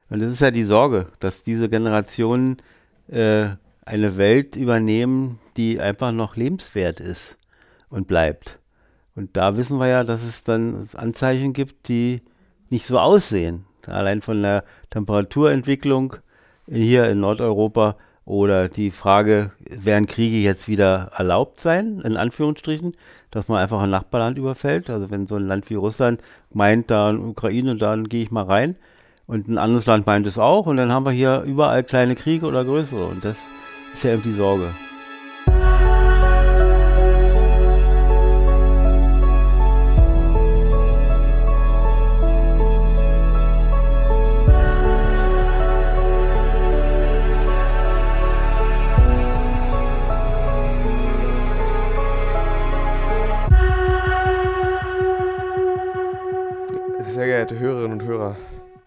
Und das ist ja die Sorge, dass diese Generationen äh, eine Welt übernehmen, die einfach noch lebenswert ist und bleibt. Und da wissen wir ja, dass es dann Anzeichen gibt, die nicht so aussehen. Allein von der Temperaturentwicklung hier in Nordeuropa oder die Frage, werden Kriege jetzt wieder erlaubt sein, in Anführungsstrichen, dass man einfach ein Nachbarland überfällt. Also wenn so ein Land wie Russland meint, da in Ukraine, dann gehe ich mal rein. Und ein anderes Land meint es auch. Und dann haben wir hier überall kleine Kriege oder größere. Und das ist ja eben die Sorge. Sehr geehrte Hörerinnen und Hörer,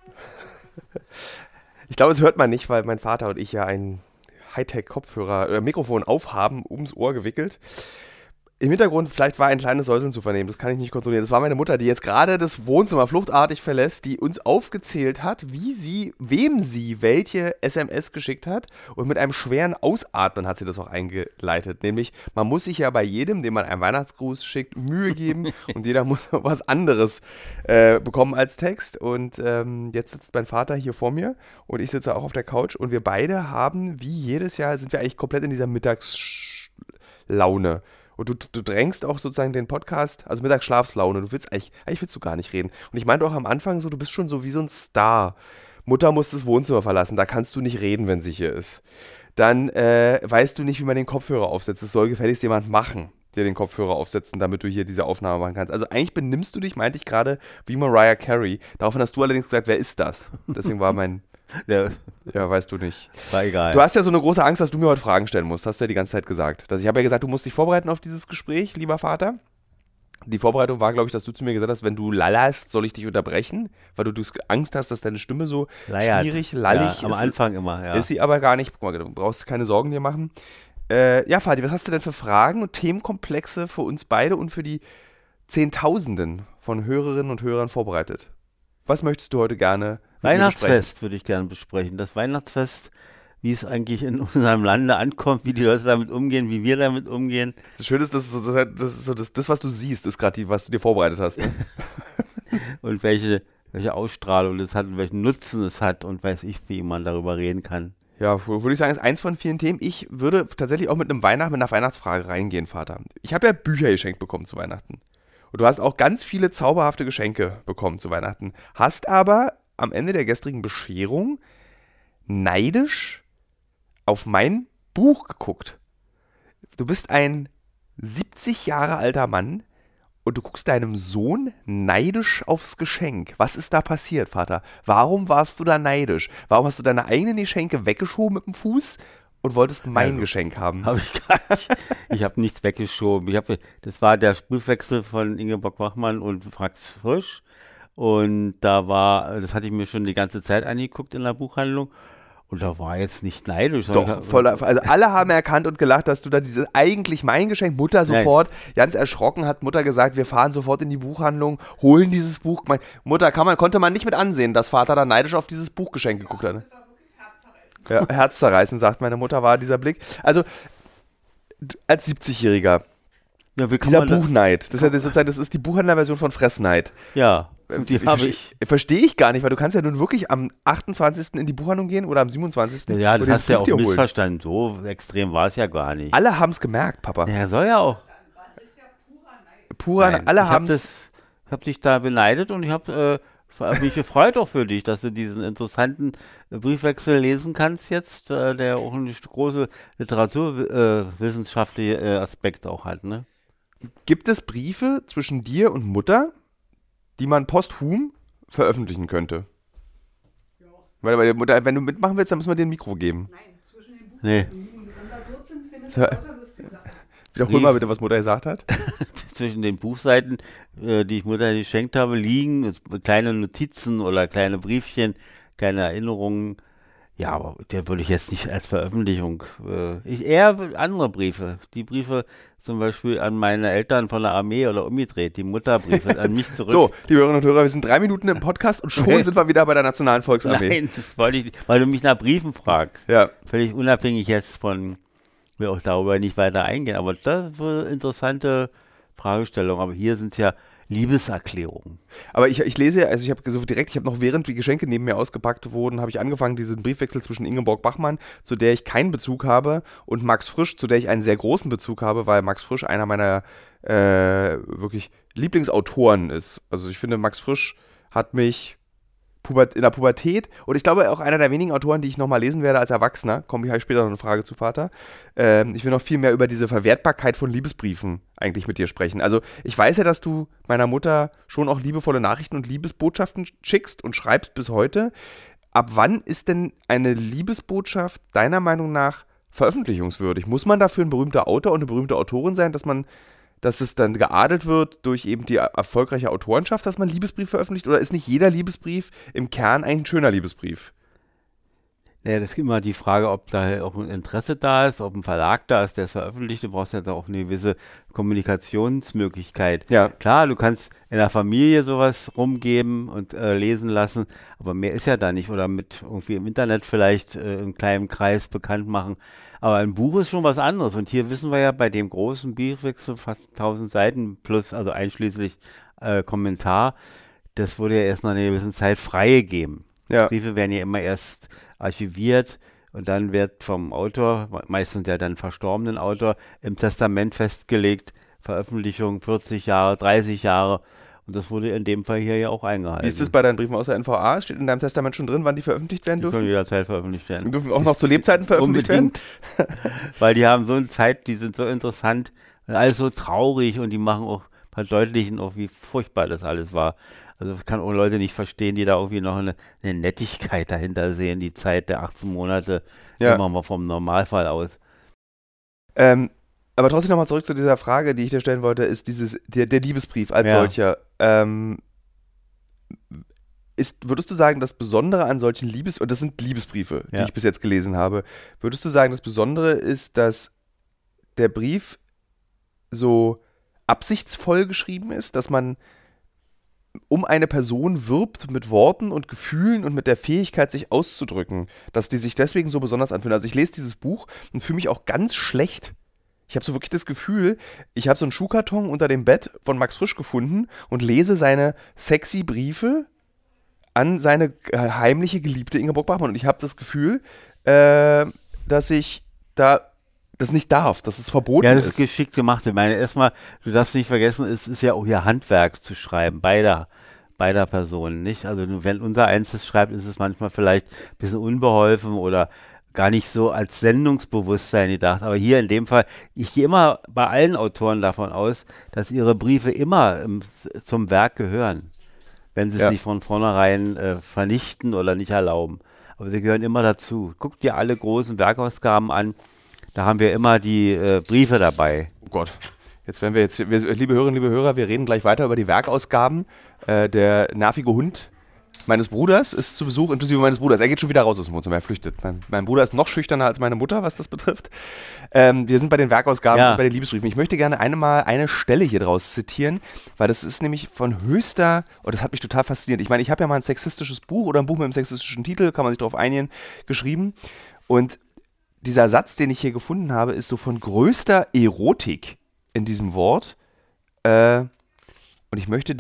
ich glaube, es hört man nicht, weil mein Vater und ich ja ein Hightech-Kopfhörer oder Mikrofon aufhaben, ums Ohr gewickelt. Im Hintergrund vielleicht war ein kleines Säuseln zu vernehmen, das kann ich nicht kontrollieren. Das war meine Mutter, die jetzt gerade das Wohnzimmer fluchtartig verlässt, die uns aufgezählt hat, wem sie welche SMS geschickt hat, und mit einem schweren Ausatmen hat sie das auch eingeleitet. Nämlich, man muss sich ja bei jedem, dem man einen Weihnachtsgruß schickt, Mühe geben und jeder muss was anderes bekommen als Text. Und jetzt sitzt mein Vater hier vor mir und ich sitze auch auf der Couch und wir beide haben, wie jedes Jahr, sind wir eigentlich komplett in dieser Mittagslaune. Und du drängst auch sozusagen den Podcast, also Mittagsschlafslaune, du willst eigentlich willst du gar nicht reden. Und ich meinte auch am Anfang so, du bist schon so wie so ein Star. Mutter muss das Wohnzimmer verlassen, da kannst du nicht reden, wenn sie hier ist. Dann weißt du nicht, wie man den Kopfhörer aufsetzt. Das soll gefälligst jemand machen, dir den Kopfhörer aufsetzen, damit du hier diese Aufnahme machen kannst. Also eigentlich benimmst du dich, meinte ich gerade, wie Mariah Carey. Daraufhin hast du allerdings gesagt, wer ist das? Deswegen war mein... Ja, Ja, weißt du nicht. war egal. Du hast ja so eine große Angst, dass du mir heute Fragen stellen musst. Hast du ja die ganze Zeit gesagt. Ich habe ja gesagt, du musst dich vorbereiten auf dieses Gespräch, lieber Vater. Die Vorbereitung war, glaube ich, dass du zu mir gesagt hast, wenn du lallerst, soll ich dich unterbrechen, weil du Angst hast, dass deine Stimme so Leiert. schwierig, lallig Ja, am ist. Anfang immer, ja. Ist sie aber gar nicht. Guck mal, du brauchst keine Sorgen dir machen. Ja, Vati, was hast du denn für Fragen und Themenkomplexe für uns beide und für die Zehntausenden von Hörerinnen und Hörern vorbereitet? Was möchtest du heute gerne mit mir besprechen? Weihnachtsfest würde ich gerne besprechen. Das Weihnachtsfest, wie es eigentlich in unserem Lande ankommt, wie die Leute damit umgehen, wie wir damit umgehen. Das Schöne ist, das, was du siehst, ist gerade was du dir vorbereitet hast. Ne? Und welche Ausstrahlung es hat und welchen Nutzen es hat und weiß ich, wie man darüber reden kann. Ja, würde ich sagen, ist eins von vielen Themen. Ich würde tatsächlich auch mit einer Weihnachtsfrage reingehen, Vater. Ich habe ja Bücher geschenkt bekommen zu Weihnachten. Und du hast auch ganz viele zauberhafte Geschenke bekommen zu Weihnachten. Hast aber am Ende der gestrigen Bescherung neidisch auf mein Buch geguckt. Du bist ein 70 Jahre alter Mann und du guckst deinem Sohn neidisch aufs Geschenk. Was ist da passiert, Vater? Warum warst du da neidisch? Warum hast du deine eigenen Geschenke weggeschoben mit dem Fuß und wolltest mein Geschenk haben? Habe ich gar nicht. Ich habe nichts weggeschoben. Das war der Briefwechsel von Ingeborg Bachmann und Max Frisch. Und das hatte ich mir schon die ganze Zeit angeguckt in der Buchhandlung. Und da war jetzt nicht neidisch. Doch, also alle haben erkannt und gelacht, dass du da dieses eigentlich mein Geschenk, Mutter sofort, ganz erschrocken hat Mutter gesagt, wir fahren sofort in die Buchhandlung, holen dieses Buch. Mutter konnte man nicht mit ansehen, dass Vater da neidisch auf dieses Buchgeschenk geguckt hat. Ja, herzzerreißend, sagt meine Mutter, war dieser Blick. Also, als 70-Jähriger, Ja, dieser Buchneid, das ist die Buchhändlerversion von Fressneid. Ja, die habe ich. Verstehe ich gar nicht, weil du kannst ja nun wirklich am 28. in die Buchhandlung gehen oder am 27. Ja, das hast du ja auch Buch dir holen. missverstanden. So extrem war es ja gar nicht. Alle haben es gemerkt, Papa. Ja, soll ja auch. Purer, alle haben es. Ich habe dich da beneidet und ich habe mich gefreut auch für dich, dass du diesen interessanten Briefwechsel lesen kannst jetzt, der auch eine große literaturwissenschaftliche Aspekt auch hat, ne? Gibt es Briefe zwischen dir und Mutter, die man posthum veröffentlichen könnte? Ja. Weil Mutter, wenn du mitmachen willst, dann müssen wir dir ein Mikro geben. Nein, zwischen den Buchstaben. Nee. Findet man lauter lustige Sachen. Wiederhol mal bitte, was Mutter gesagt hat. Zwischen den Buchseiten, die ich Mutter geschenkt habe, liegen kleine Notizen oder kleine Briefchen, kleine Erinnerungen. Ja, aber der würde ich jetzt nicht als Veröffentlichung. Eher andere Briefe. Die Briefe zum Beispiel an meine Eltern von der Armee oder umgedreht. Die Mutterbriefe an mich zurück. So, liebe Hörerinnen und Hörer, wir sind 3 Minuten im Podcast und schon sind wir wieder bei der Nationalen Volksarmee. Nein, das wollte ich nicht, weil du mich nach Briefen fragst. Ja. Völlig unabhängig jetzt von, will auch darüber nicht weiter eingehen. Aber das ist eine interessante Fragestellung. Aber hier sind es ja Liebeserklärungen. Aber ich lese, also ich habe so direkt, ich habe noch während die Geschenke neben mir ausgepackt wurden, habe ich angefangen, diesen Briefwechsel zwischen Ingeborg Bachmann, zu der ich keinen Bezug habe, und Max Frisch, zu der ich einen sehr großen Bezug habe, weil Max Frisch einer meiner wirklich Lieblingsautoren ist. Also ich finde, Max Frisch hat mich in der Pubertät, und ich glaube auch einer der wenigen Autoren, die ich nochmal lesen werde als Erwachsener, habe ich später noch eine Frage zu Vater, ich will noch viel mehr über diese Verwertbarkeit von Liebesbriefen eigentlich mit dir sprechen. Also ich weiß ja, dass du meiner Mutter schon auch liebevolle Nachrichten und Liebesbotschaften schickst und schreibst bis heute. Ab wann ist denn eine Liebesbotschaft deiner Meinung nach veröffentlichungswürdig? Muss man dafür ein berühmter Autor und eine berühmte Autorin sein, dass es dann geadelt wird durch eben die erfolgreiche Autorenschaft, dass man einen Liebesbrief veröffentlicht? Oder ist nicht jeder Liebesbrief im Kern eigentlich ein schöner Liebesbrief? Naja, das ist immer die Frage, ob da auch ein Interesse da ist, ob ein Verlag da ist, der es veröffentlicht. Du brauchst ja da auch eine gewisse Kommunikationsmöglichkeit. Ja. Klar, du kannst in der Familie sowas rumgeben und lesen lassen, aber mehr ist ja da nicht. Oder mit irgendwie im Internet vielleicht im kleinen Kreis bekannt machen. Aber ein Buch ist schon was anderes. Und hier wissen wir ja bei dem großen Briefwechsel, fast 1000 Seiten plus, also einschließlich Kommentar, das wurde ja erst nach einer gewissen Zeit freigegeben. Ja. Briefe werden ja immer erst archiviert und dann wird vom Autor, meistens ja dann verstorbenen Autor, im Testament festgelegt, Veröffentlichung 40 Jahre, 30 Jahre. Und das wurde in dem Fall hier ja auch eingehalten. Wie ist das bei deinen Briefen aus der NVA? Steht in deinem Testament schon drin, wann die veröffentlicht werden Die dürfen? können jederzeit veröffentlicht werden. Die dürfen auch noch zu Lebzeiten veröffentlicht Unbedingt. Weil die haben so eine Zeit, die sind so interessant, alles so traurig und die machen auch, verdeutlichen auch, wie furchtbar das alles war. Also ich kann auch Leute nicht verstehen, die da irgendwie noch eine Nettigkeit dahinter sehen, die Zeit der 18 Monate, Ja. gehen wir mal vom Normalfall aus. Aber trotzdem nochmal zurück zu dieser Frage, die ich dir stellen wollte, ist der Liebesbrief als Ja. solcher. Würdest du sagen, das Besondere an solchen und das sind Liebesbriefe, die Ja. ich bis jetzt gelesen habe, würdest du sagen, das Besondere ist, dass der Brief so absichtsvoll geschrieben ist, dass man um eine Person wirbt mit Worten und Gefühlen und mit der Fähigkeit, sich auszudrücken, dass die sich deswegen so besonders anfühlen? Also ich lese dieses Buch und fühle mich auch ganz schlecht. Ich habe so wirklich das Gefühl, ich habe so einen Schuhkarton unter dem Bett von Max Frisch gefunden und lese seine sexy Briefe an seine heimliche Geliebte Ingeborg Bachmann. Und ich habe das Gefühl, dass ich das nicht darf, dass es verboten Ja, das ist. ist geschickt gemacht. Ich meine, erstmal, du darfst nicht vergessen, es ist ja auch ihr Handwerk zu schreiben, beider Personen, nicht? Also wenn unser Eins schreibt, ist es manchmal vielleicht ein bisschen unbeholfen oder gar nicht so als Sendungsbewusstsein gedacht. Aber hier in dem Fall, ich gehe immer bei allen Autoren davon aus, dass ihre Briefe immer zum Werk gehören, wenn sie es Ja. nicht von vornherein vernichten oder nicht erlauben. Aber sie gehören immer dazu. Guck dir alle großen Werkausgaben an, da haben wir immer die Briefe dabei. Oh Gott. Liebe Hörerinnen, liebe Hörer, wir reden gleich weiter über die Werkausgaben. Der nervige Hund meines Bruders ist zu Besuch, inklusive meines Bruders. Er geht schon wieder raus aus dem Wohnzimmer, er flüchtet. Mein Bruder ist noch schüchterner als meine Mutter, was das betrifft. Wir sind bei den Werkausgaben Ja. und bei den Liebesbriefen. Ich möchte gerne eine Stelle hier draus zitieren, weil das ist nämlich von höchster, und das hat mich total fasziniert. Ich meine, ich habe ja mal ein sexistisches Buch oder ein Buch mit einem sexistischen Titel, kann man sich darauf einigen, geschrieben. Und dieser Satz, den ich hier gefunden habe, ist so von größter Erotik in diesem Wort. Und ich möchte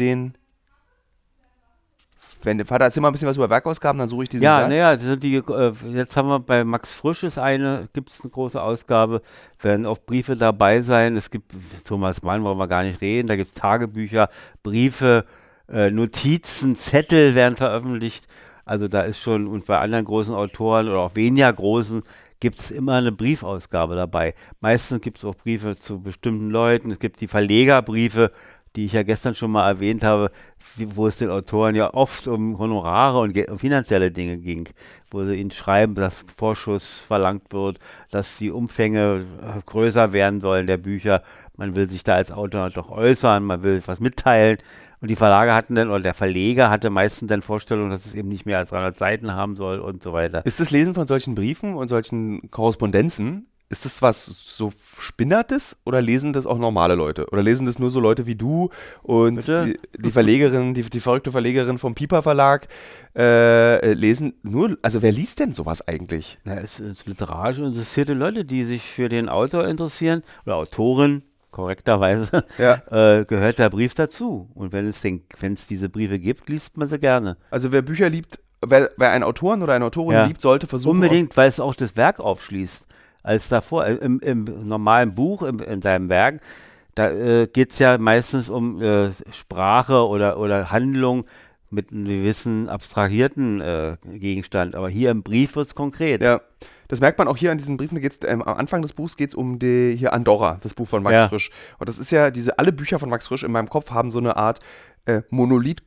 wenn der Vater erzähl mal ein bisschen was über Werkausgaben, dann suche ich diesen Ja, Satz. naja, jetzt haben wir bei Max Frisch gibt es eine große Ausgabe, werden auch Briefe dabei sein. Es gibt Thomas Mann, wollen wir gar nicht reden, da gibt es Tagebücher, Briefe, Notizen, Zettel werden veröffentlicht. Also da ist schon, und bei anderen großen Autoren oder auch weniger großen, gibt es immer eine Briefausgabe dabei. Meistens gibt es auch Briefe zu bestimmten Leuten. Es gibt die Verlegerbriefe, die ich ja gestern schon mal erwähnt habe, wo es den Autoren ja oft um Honorare und um finanzielle Dinge ging, wo sie ihnen schreiben, dass Vorschuss verlangt wird, dass die Umfänge größer werden sollen der Bücher. Man will sich da als Autor doch äußern, man will was mitteilen Und die Verlage hatten dann, oder der Verleger hatte meistens dann Vorstellungen, dass es eben nicht mehr als 300 Seiten haben soll und so weiter. Ist das Lesen von solchen Briefen und solchen Korrespondenzen, ist das was so Spinnertes oder lesen das auch normale Leute? Oder lesen das nur so Leute wie du und die Verlegerin, die verrückte Verlegerin vom Piper Verlag lesen nur, also wer liest denn sowas eigentlich? Na, es ist literarisch interessierte Leute, die sich für den Autor interessieren oder Autorin, korrekterweise, gehört der Brief dazu. Und wenn es diese Briefe gibt, liest man sie gerne. Also wer Bücher liebt, wer einen Autoren oder eine Autorin liebt, sollte versuchen. Unbedingt, weil es auch das Werk aufschließt. Als davor, im normalen Buch, in seinem Werk, da geht es ja meistens um Sprache oder Handlung mit einem gewissen abstrahierten Gegenstand. Aber hier im Brief wird es konkret. Ja, das merkt man auch hier an diesen Briefen. Am Anfang des Buchs geht es um hier Andorra, das Buch von Max Frisch. Und das ist ja, alle Bücher von Max Frisch in meinem Kopf haben so eine Art Monolith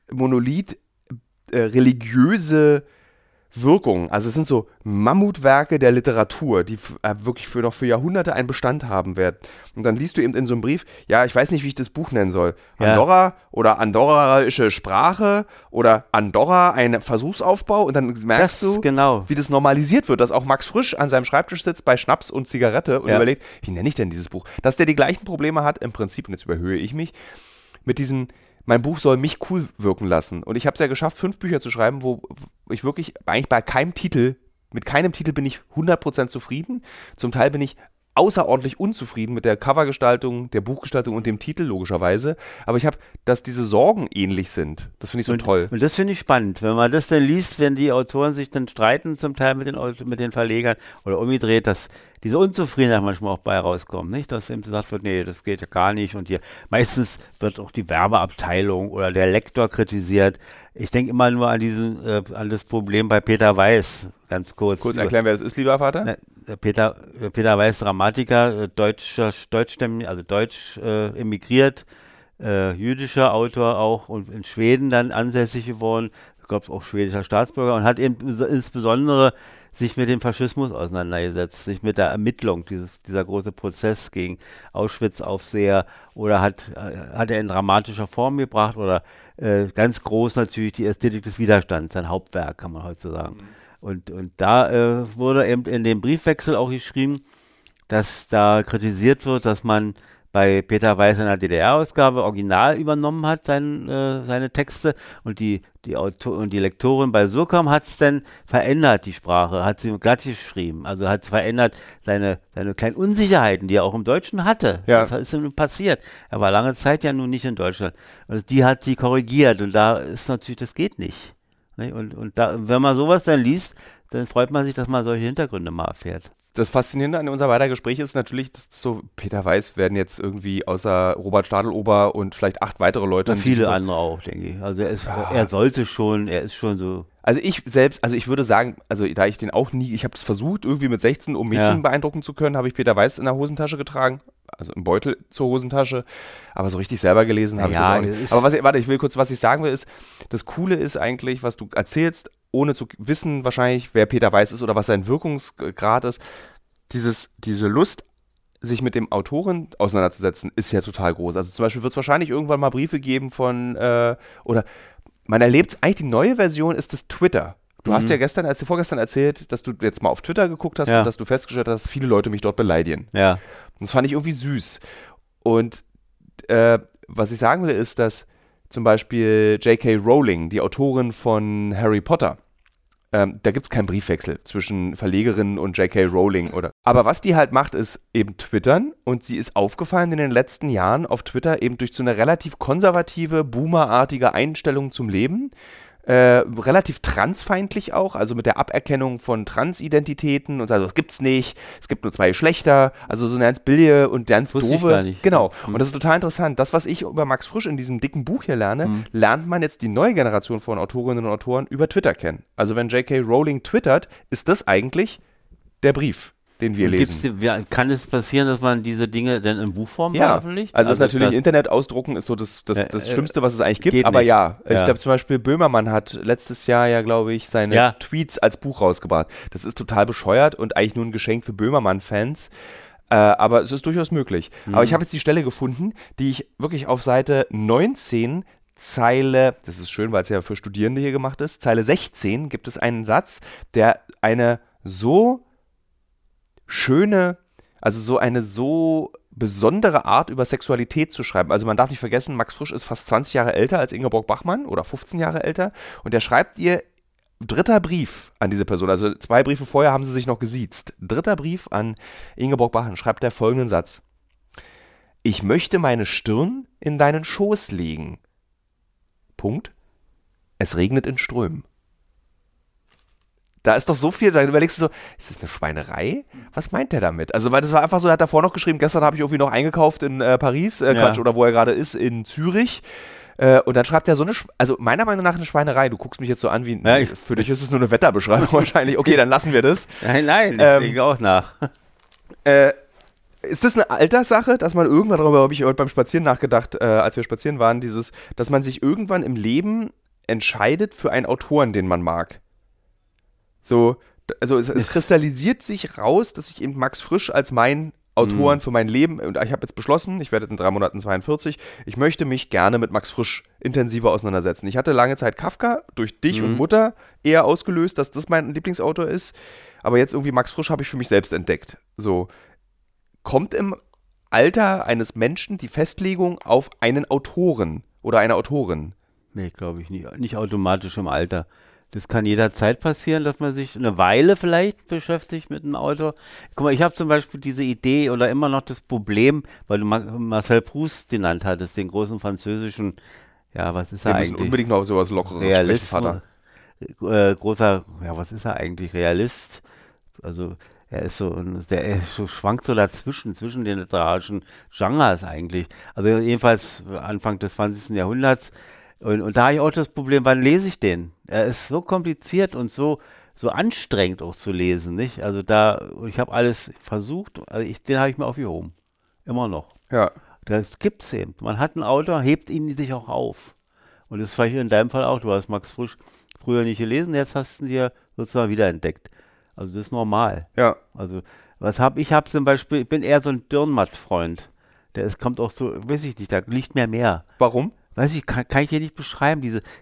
religiöse Wirkung. Also es sind so Mammutwerke der Literatur, die wirklich noch für Jahrhunderte einen Bestand haben werden. Und dann liest du eben in so einem Brief, ja, ich weiß nicht, wie ich das Buch nennen soll. Andorra oder andorraische Sprache oder Andorra, ein Versuchsaufbau. Und dann merkst du, wie das normalisiert wird, dass auch Max Frisch an seinem Schreibtisch sitzt bei Schnaps und Zigarette und überlegt, wie nenne ich denn dieses Buch? Dass der die gleichen Probleme hat, im Prinzip, und jetzt überhöhe ich mich, mit diesem mein Buch soll mich cool wirken lassen. Und ich habe es ja geschafft, 5 Bücher zu schreiben, wo ich wirklich eigentlich mit keinem Titel bin ich 100% zufrieden. Zum Teil bin ich außerordentlich unzufrieden mit der Covergestaltung, der Buchgestaltung und dem Titel, logischerweise. Aber dass diese Sorgen ähnlich sind. Das finde ich so toll. Und das finde ich spannend. Wenn man das dann liest, wenn die Autoren sich dann streiten, zum Teil mit den Verlegern oder umgedreht, dass diese Unzufriedenheit manchmal auch bei rauskommt, nicht? Dass eben gesagt wird, nee, das geht ja gar nicht. Und hier meistens wird auch die Werbeabteilung oder der Lektor kritisiert. Ich denke immer nur an das Problem bei Peter Weiß, ganz kurz. Kurz erklären, wer das ist, lieber Vater? Peter Weiß, Dramatiker, deutsch emigriert, jüdischer Autor auch und in Schweden dann ansässig geworden, ich glaube auch schwedischer Staatsbürger und hat eben insbesondere sich mit dem Faschismus auseinandergesetzt, sich mit der Ermittlung, dieser große Prozess gegen Auschwitz-Aufseher oder hat er in dramatischer Form gebracht oder ganz groß natürlich die Ästhetik des Widerstands, sein Hauptwerk, kann man heute so sagen. Und da wurde eben in dem Briefwechsel auch geschrieben, dass da kritisiert wird, dass man bei Peter Weiß in der DDR-Ausgabe original übernommen hat, seine Texte und die Lektorin bei Surkamp hat es dann verändert, die Sprache, hat sie glatt geschrieben, also hat verändert seine kleinen Unsicherheiten, die er auch im Deutschen hatte. Ja. Das ist ihm passiert. Er war lange Zeit ja nun nicht in Deutschland. Also die hat sie korrigiert und da ist natürlich, das geht nicht. Und da, wenn man sowas dann liest, dann freut man sich, dass man solche Hintergründe mal erfährt. Das Faszinierende an unser weiter Gespräch ist natürlich, dass so Peter Weiß werden jetzt irgendwie außer Robert Stadelober und vielleicht 8 weitere Leute. Und viele andere auch, denke ich. Also er ist schon so. Also ich würde sagen, also da ich den auch nie, ich habe es versucht, irgendwie mit 16, um Mädchen beeindrucken zu können, habe ich Peter Weiß in der Hosentasche getragen, also im Beutel zur Hosentasche, aber so richtig selber gelesen habe ich das auch nicht. Aber was ich sagen will, ist, das Coole ist eigentlich, was du erzählst, ohne zu wissen wahrscheinlich, wer Peter Weiß ist oder was sein Wirkungsgrad ist, diese Lust, sich mit dem Autoren auseinanderzusetzen, ist ja total groß. Also zum Beispiel wird es wahrscheinlich irgendwann mal Briefe geben oder man erlebt eigentlich, die neue Version ist das Twitter. Du hast ja vorgestern erzählt, dass du jetzt mal auf Twitter geguckt hast und dass du festgestellt hast, dass viele Leute mich dort beleidigen. Ja. Das fand ich irgendwie süß. Und was ich sagen will, ist, dass zum Beispiel J.K. Rowling, die Autorin von Harry Potter, da gibt es keinen Briefwechsel zwischen Verlegerin und J.K. Rowling. Aber was die halt macht, ist eben twittern und sie ist aufgefallen in den letzten Jahren auf Twitter eben durch so eine relativ konservative, boomerartige Einstellung zum Leben. Relativ transfeindlich auch, also mit der Aberkennung von Transidentitäten und also das gibt's nicht, es gibt nur 2 Geschlechter, also so eine ganz billige und ganz doofe. Genau. Und das ist total interessant. Das, was ich über Max Frisch in diesem dicken Buch hier lerne, lernt man jetzt die neue Generation von Autorinnen und Autoren über Twitter kennen. Also wenn J.K. Rowling twittert, ist das eigentlich der Brief, den wir lesen. Kann es passieren, dass man diese Dinge dann in Buchform veröffentlicht? Also ist natürlich Internet ausdrucken ist so das Schlimmste, was es eigentlich gibt, aber ich glaube zum Beispiel Böhmermann hat letztes Jahr ja, glaube ich, seine Tweets als Buch rausgebracht. Das ist total bescheuert und eigentlich nur ein Geschenk für Böhmermann-Fans. Aber es ist durchaus möglich. Aber ich habe jetzt die Stelle gefunden, die ich wirklich auf Seite 19 Zeile, das ist schön, weil es ja für Studierende hier gemacht ist, Zeile 16 gibt es einen Satz, der eine so schöne, also so eine so besondere Art über Sexualität zu schreiben. Also man darf nicht vergessen, Max Frisch ist fast 20 Jahre älter als Ingeborg Bachmann oder 15 Jahre älter und er schreibt ihr 3. Brief an diese Person, also 2 Briefe vorher haben sie sich noch gesiezt. 3. Brief an Ingeborg Bachmann schreibt er folgenden Satz. Ich möchte meine Stirn in deinen Schoß legen. Punkt. Es regnet in Strömen. Da ist doch so viel, da überlegst du so, ist das eine Schweinerei? Was meint der damit? Also, weil das war einfach so, er hat davor noch geschrieben, gestern habe ich irgendwie noch eingekauft in Paris, Quatsch, oder wo er gerade ist, in Zürich. Und dann schreibt er so also meiner Meinung nach eine Schweinerei. Du guckst mich jetzt so an wie, für dich ist es nur eine Wetterbeschreibung wahrscheinlich. Okay, dann lassen wir das. Nein, ich denke auch nach. Ist das eine Alterssache, dass man irgendwann, darüber habe ich heute beim Spazieren nachgedacht, als wir spazieren waren, dass man sich irgendwann im Leben entscheidet für einen Autoren, den man mag? So, also es kristallisiert sich raus, dass ich eben Max Frisch als mein Autoren für mein Leben, und ich habe jetzt beschlossen, ich werde jetzt in 3 Monaten 42, ich möchte mich gerne mit Max Frisch intensiver auseinandersetzen. Ich hatte lange Zeit Kafka, durch dich und Mutter eher ausgelöst, dass das mein Lieblingsautor ist, aber jetzt irgendwie Max Frisch habe ich für mich selbst entdeckt. So, kommt im Alter eines Menschen die Festlegung auf einen Autoren oder eine Autorin? Nee, glaube ich nicht. Nicht automatisch im Alter. Das kann jederzeit passieren, dass man sich eine Weile vielleicht beschäftigt mit einem Autor. Guck mal, ich habe zum Beispiel diese Idee oder immer noch das Problem, weil du Marcel Proust genannt hattest, den großen französischen, ja, was ist er eigentlich? Wir müssen unbedingt noch sowas Lockeres Realist, sprechen, großer, ja, was ist er eigentlich? Realist? Also, er ist so schwankt so dazwischen, zwischen den literarischen Genres eigentlich. Also jedenfalls Anfang des 20. Jahrhunderts. Und da habe ich auch das Problem, wann lese ich den? Er ist so kompliziert und so anstrengend auch zu lesen, nicht? Also ich habe alles versucht, den habe ich mir aufgehoben. Immer noch. Ja. Das gibt's eben. Man hat einen Autor, hebt ihn sich auch auf. Und das ist vielleicht in deinem Fall auch. Du hast Max Frisch früher nicht gelesen, jetzt hast du ihn dir sozusagen wiederentdeckt. Also das ist normal. Ja. Also ich habe zum Beispiel, ich bin eher so ein Dürrenmatt-Freund. Kommt auch so, weiß ich nicht, da liegt mir mehr. Warum? Weiß ich, kann ich hier nicht beschreiben.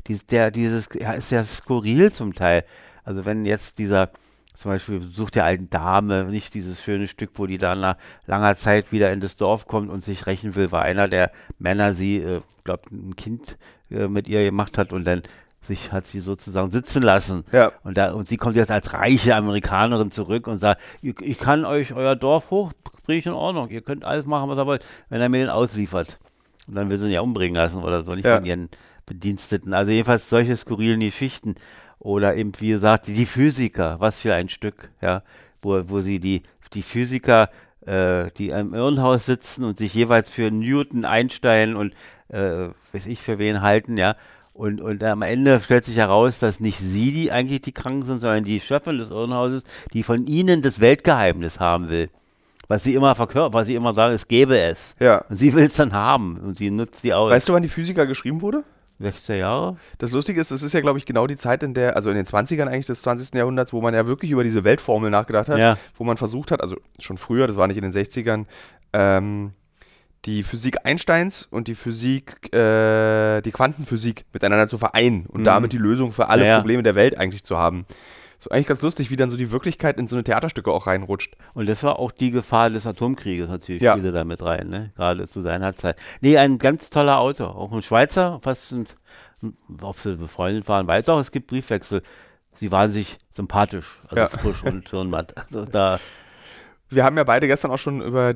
Ist ja skurril zum Teil. Also wenn jetzt zum Beispiel Besuch der alten Dame, nicht dieses schöne Stück, wo die dann nach langer Zeit wieder in das Dorf kommt und sich rächen will, weil einer der Männer ein Kind mit ihr gemacht hat und dann hat sie sozusagen sitzen lassen. Ja. Und sie kommt jetzt als reiche Amerikanerin zurück und sagt, ich kann euch euer Dorf hochbringen in Ordnung. Ihr könnt alles machen, was ihr wollt, wenn er mir den ausliefert. Und dann will sie ihn ja umbringen lassen oder so, nicht von ihren Bediensteten. Also jedenfalls solche skurrilen Geschichten. Oder eben, wie gesagt, die Physiker, was für ein Stück, ja, wo sie die Physiker, die im Irrenhaus sitzen und sich jeweils für Newton, Einstein und weiß ich für wen halten, ja. Und am Ende stellt sich heraus, dass nicht sie die eigentlich die Kranken sind, sondern die Chefin des Irrenhauses, die von ihnen das Weltgeheimnis haben will. Was sie immer sagen, es gäbe es. Ja. Und sie will es dann haben und sie nutzt die aus. Weißt du, wann die Physiker geschrieben wurde? 16 Jahre. Das Lustige ist, es ist ja, glaube ich, genau die Zeit, also in den 20ern eigentlich des 20. Jahrhunderts, wo man ja wirklich über diese Weltformel nachgedacht hat, wo man versucht hat, also schon früher, das war nicht in den 60ern, die Physik Einsteins und die Quantenphysik miteinander zu vereinen und damit die Lösung für alle Probleme der Welt eigentlich zu haben. So eigentlich ganz lustig, wie dann so die Wirklichkeit in so eine Theaterstücke auch reinrutscht. Und das war auch die Gefahr des Atomkrieges natürlich, spielte da mit rein, ne? Gerade zu seiner Zeit. Nee, ein ganz toller Autor, auch ein Schweizer, ob sie befreundet waren, weiß auch, es gibt Briefwechsel. Sie waren sich sympathisch, also Frisch und Dürrenmatt. Also wir haben ja beide gestern auch schon über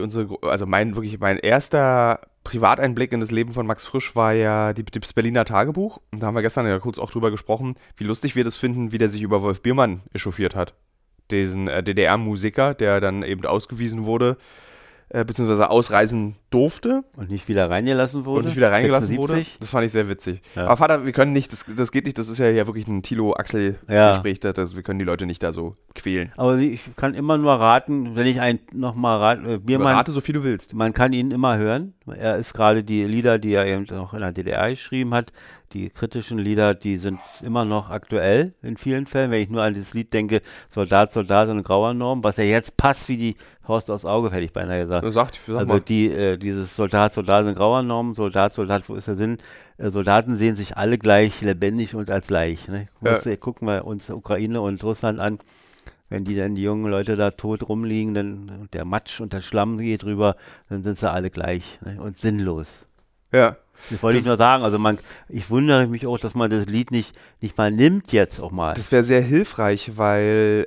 mein erster Privateinblick in das Leben von Max Frisch war ja das Berliner Tagebuch. Und da haben wir gestern ja kurz auch drüber gesprochen, wie lustig wir das finden, wie der sich über Wolf Biermann echauffiert hat. Diesen DDR-Musiker, der dann eben ausgewiesen wurde, beziehungsweise ausreisen durfte. Und nicht wieder reingelassen wurde. Das fand ich sehr witzig. Ja. Aber Vater, wir können nicht, das geht nicht, das ist ja hier wirklich ein Thilo-Axel-Gespräch, wir können die Leute nicht da so quälen. Aber ich kann immer nur raten, wenn ich nochmal rate so viel du willst. Man kann ihn immer hören. Er ist gerade die Lieder, die er eben auch in der DDR geschrieben hat, die kritischen Lieder, die sind immer noch aktuell in vielen Fällen. Wenn ich nur an dieses Lied denke, Soldat, Soldat und grauer Norm, was ja jetzt passt wie die Faust aufs Auge, hätte ich beinahe gesagt. Sag Also mal. dieses Soldat, Soldat und grauer Norm, Soldat, Soldat, wo ist der Sinn? Soldaten sehen sich alle gleich lebendig und als gleich. Ne? Gucken wir uns Ukraine und Russland an. Wenn die jungen Leute da tot rumliegen, dann der Matsch und der Schlamm geht drüber, dann sind sie alle gleich, ne? Und sinnlos. Ja. Das wollte ich nur sagen. Also ich wundere mich auch, dass man das Lied nicht mal nimmt jetzt auch mal. Das wäre sehr hilfreich, weil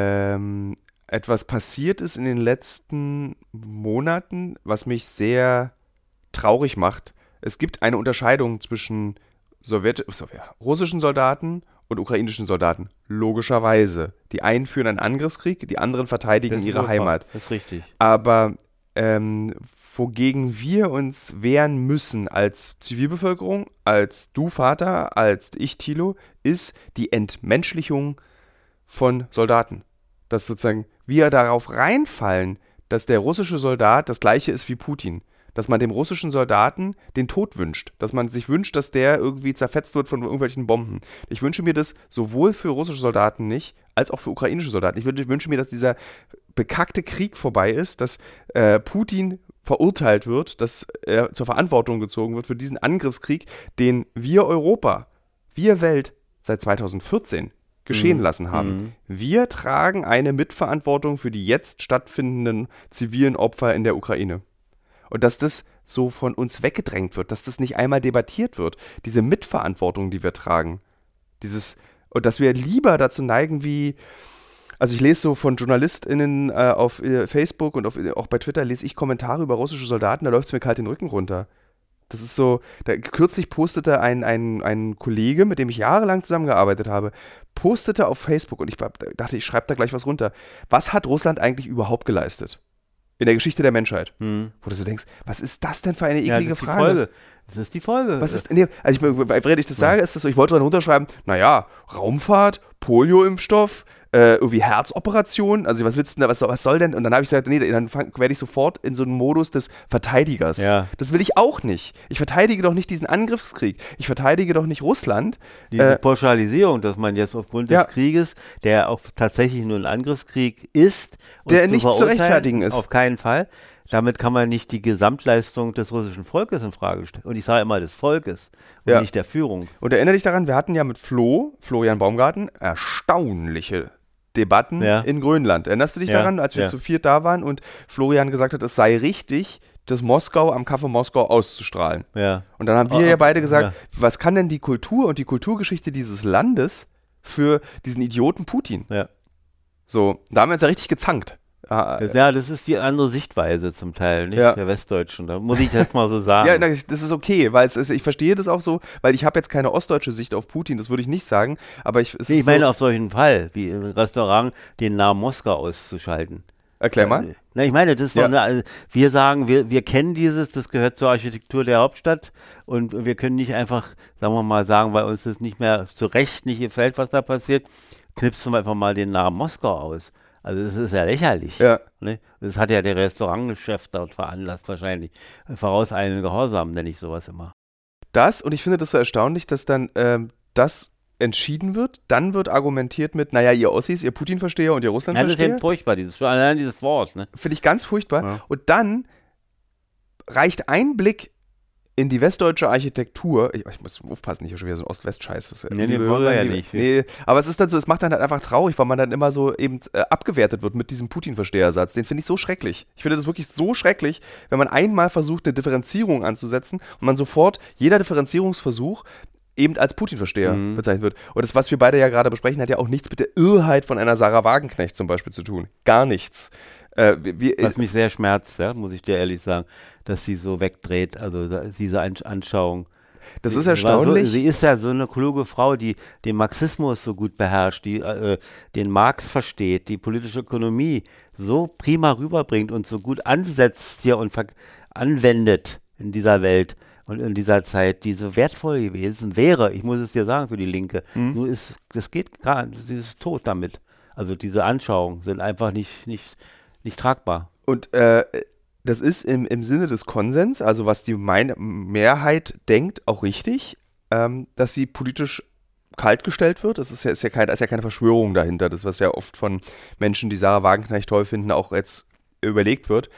etwas passiert ist in den letzten Monaten, was mich sehr traurig macht. Es gibt eine Unterscheidung zwischen russischen Soldaten und ukrainischen Soldaten. Logischerweise. Die einen führen einen Angriffskrieg, die anderen verteidigen ihre Heimat. Das ist richtig. Aber wogegen wir uns wehren müssen als Zivilbevölkerung, als du Vater, als ich Thilo, ist die Entmenschlichung von Soldaten. Dass sozusagen wir darauf reinfallen, dass der russische Soldat das gleiche ist wie Putin. Dass man dem russischen Soldaten den Tod wünscht. Dass man sich wünscht, dass der irgendwie zerfetzt wird von irgendwelchen Bomben. Ich wünsche mir das sowohl für russische Soldaten nicht, als auch für ukrainische Soldaten. Ich wünsche mir, dass dieser bekackte Krieg vorbei ist, dass Putin verurteilt wird, dass er zur Verantwortung gezogen wird für diesen Angriffskrieg, den wir Europa, wir Welt seit 2014 geschehen lassen haben. Wir tragen eine Mitverantwortung für die jetzt stattfindenden zivilen Opfer in der Ukraine. Und dass das so von uns weggedrängt wird, dass das nicht einmal debattiert wird, diese Mitverantwortung, die wir tragen. Und dass wir lieber dazu neigen also ich lese so von JournalistInnen auf Facebook und auch bei Twitter lese ich Kommentare über russische Soldaten, da läuft es mir kalt den Rücken runter. Das ist so, kürzlich postete ein Kollege, mit dem ich jahrelang zusammengearbeitet habe, postete auf Facebook und ich dachte, ich schreibe da gleich was runter. Was hat Russland eigentlich überhaupt geleistet? In der Geschichte der Menschheit. Wo du so denkst, was ist das denn für eine eklige Frage? Das ist die Folge. Während ich das sage, ist das so, ich wollte dann runterschreiben, naja, Raumfahrt, Polio-Impfstoff, irgendwie Herzoperationen, also was willst du denn, was soll denn? Und dann habe ich gesagt, nee, dann werde ich sofort in so einen Modus des Verteidigers. Ja. Das will ich auch nicht. Ich verteidige doch nicht diesen Angriffskrieg. Ich verteidige doch nicht Russland. Diese Pauschalisierung, dass man jetzt aufgrund des Krieges, der auch tatsächlich nur ein Angriffskrieg ist, der nicht zu rechtfertigen ist. Auf keinen Fall. Damit kann man nicht die Gesamtleistung des russischen Volkes in Frage stellen. Und ich sage immer des Volkes und nicht der Führung. Und erinnere dich daran, wir hatten ja mit Florian Baumgarten, erstaunliche Debatten in Grönland. Erinnerst du dich daran, als wir zu viert da waren und Florian gesagt hat, es sei richtig, das Moskau am Kaffee Moskau auszustrahlen. Ja. Und dann haben wir ja beide gesagt, was kann denn die Kultur und die Kulturgeschichte dieses Landes für diesen Idioten Putin? Ja. So, da haben wir uns ja richtig gezankt. Ja, das ist die andere Sichtweise zum Teil, nicht der Westdeutschen. Da muss ich jetzt mal so sagen. Ja, das ist okay, weil ich verstehe das auch so, weil ich habe jetzt keine ostdeutsche Sicht auf Putin, das würde ich nicht sagen, aber ich meine auf solchen Fall, wie im Restaurant den Namen Moskau auszuschalten. Erklär mal. Na, ich meine, das ist doch also wir sagen, wir kennen das gehört zur Architektur der Hauptstadt und wir können nicht einfach, sagen wir mal, sagen, weil uns das nicht mehr zu Recht nicht gefällt, was da passiert, knipsen wir einfach mal den Namen Moskau aus. Also das ist ja lächerlich. Ja. Ne? Das hat ja der Restaurantchef dort veranlasst wahrscheinlich. Vorauseilenden Gehorsam nenne ich sowas immer. Und ich finde das so erstaunlich, dass dann das entschieden wird, dann wird argumentiert mit, naja, ihr Ossis, ihr Putin-Versteher und ihr Russland-Versteher. Ja, das ist ja furchtbar, allein dieses Wort. Ne? Finde ich ganz furchtbar. Und dann reicht ein Blick in die westdeutsche Architektur, ich muss aufpassen, nicht schon wieder so ein Ost-West-Scheiß. Nee, wollen wir ja nicht. Nee, aber es ist dann so, es macht dann halt einfach traurig, weil man dann immer so eben abgewertet wird mit diesem Putin-Verstehersatz. Den finde ich so schrecklich. Ich finde das wirklich so schrecklich, wenn man einmal versucht, eine Differenzierung anzusetzen und man sofort, jeder Differenzierungsversuch eben als Putin-Versteher bezeichnet wird. Und das, was wir beide ja gerade besprechen, hat ja auch nichts mit der Irrheit von einer Sarah Wagenknecht zum Beispiel zu tun. Gar nichts. Was mich sehr schmerzt, muss ich dir ehrlich sagen, dass sie so wegdreht, also diese Anschauung. Das ist erstaunlich. Sie ist ja so eine kluge Frau, die den Marxismus so gut beherrscht, die den Marx versteht, die politische Ökonomie so prima rüberbringt und so gut ansetzt hier und anwendet in dieser Welt und in dieser Zeit, die so wertvoll gewesen wäre, ich muss es dir sagen, für die Linke. Nur das geht gar nicht, sie ist tot damit. Also diese Anschauungen sind einfach nicht tragbar. Und das ist im Sinne des Konsens, also was die Mehrheit denkt, auch richtig. dass sie politisch kaltgestellt wird. Das ist ja keine Verschwörung dahinter. Das, was ja oft von Menschen, die Sarah Wagenknecht toll finden, auch jetzt überlegt wird.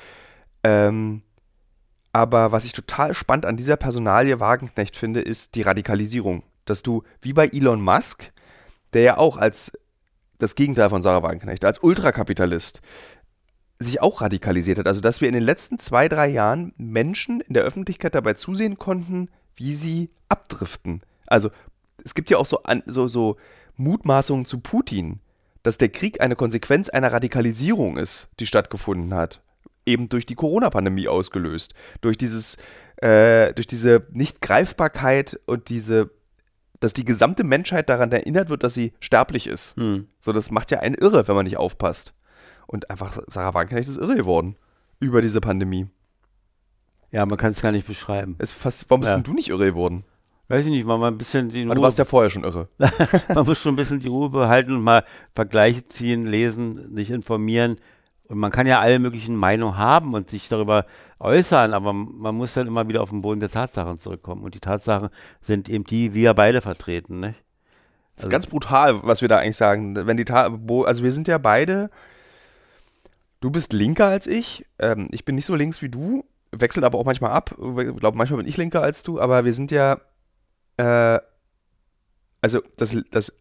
Aber was ich total spannend an dieser Personalie Wagenknecht finde, ist die Radikalisierung. Dass du, wie bei Elon Musk, der ja auch als das Gegenteil von Sarah Wagenknecht, als Ultrakapitalist sich auch radikalisiert hat. Also, dass wir in den letzten 2-3 Jahren Menschen in der Öffentlichkeit dabei zusehen konnten, wie sie abdriften. Also, es gibt ja auch so Mutmaßungen zu Putin, dass der Krieg eine Konsequenz einer Radikalisierung ist, die stattgefunden hat. Eben durch die Corona-Pandemie ausgelöst. Durch diese Nichtgreifbarkeit und dass die gesamte Menschheit daran erinnert wird, dass sie sterblich ist. So, das macht ja einen irre, wenn man nicht aufpasst. Und einfach, Sarah Wagenknecht ist irre geworden über diese Pandemie. Ja, man kann es gar nicht beschreiben. Warum bist denn du nicht irre geworden? Weiß ich nicht, mal ein bisschen die Ruhe. Du warst ja vorher schon irre. Man muss schon ein bisschen die Ruhe behalten und mal Vergleiche ziehen, lesen, sich informieren. Und man kann ja alle möglichen Meinungen haben und sich darüber äußern, aber man muss dann immer wieder auf den Boden der Tatsachen zurückkommen. Und die Tatsachen sind eben die, wir beide vertreten, nicht? Das ist ganz brutal, was wir da eigentlich sagen. Also wir sind ja beide, du bist linker als ich bin nicht so links wie du, wechselt aber auch manchmal ab. Ich glaube, manchmal bin ich linker als du, aber wir sind ja, also das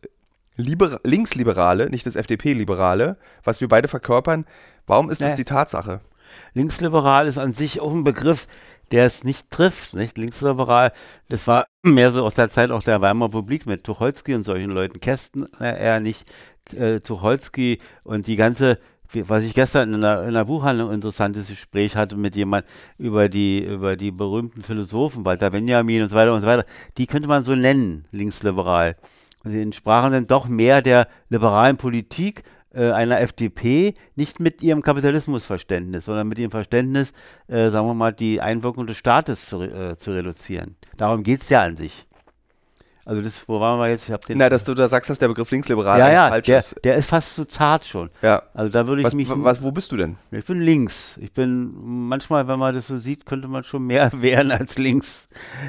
Linksliberale, nicht das FDP-Liberale, was wir beide verkörpern, warum ist das die Tatsache? Linksliberal ist an sich auch ein Begriff, der es nicht trifft. Nicht? Linksliberal, das war mehr so aus der Zeit auch der Weimarer Republik mit Tucholsky und solchen Leuten. Kästen eher nicht, Tucholsky und die ganze, was ich gestern in einer Buchhandlung ein interessantes Gespräch hatte mit jemand über die berühmten Philosophen, Walter Benjamin und so weiter und so weiter, die könnte man so nennen, linksliberal. Und die entsprachen dann doch mehr der liberalen Politik einer FDP, nicht mit ihrem Kapitalismusverständnis, sondern mit ihrem Verständnis, sagen wir mal, die Einwirkung des Staates zu reduzieren. Darum geht es ja an sich. Also das, wo waren wir jetzt? Dass du da sagst, dass der Begriff linksliberal falsch ist. Der ist fast zu zart schon. Ja. Also da würde ich wo bist du denn? Ich bin links. Ich bin manchmal, wenn man das so sieht, könnte man schon mehr werden als links,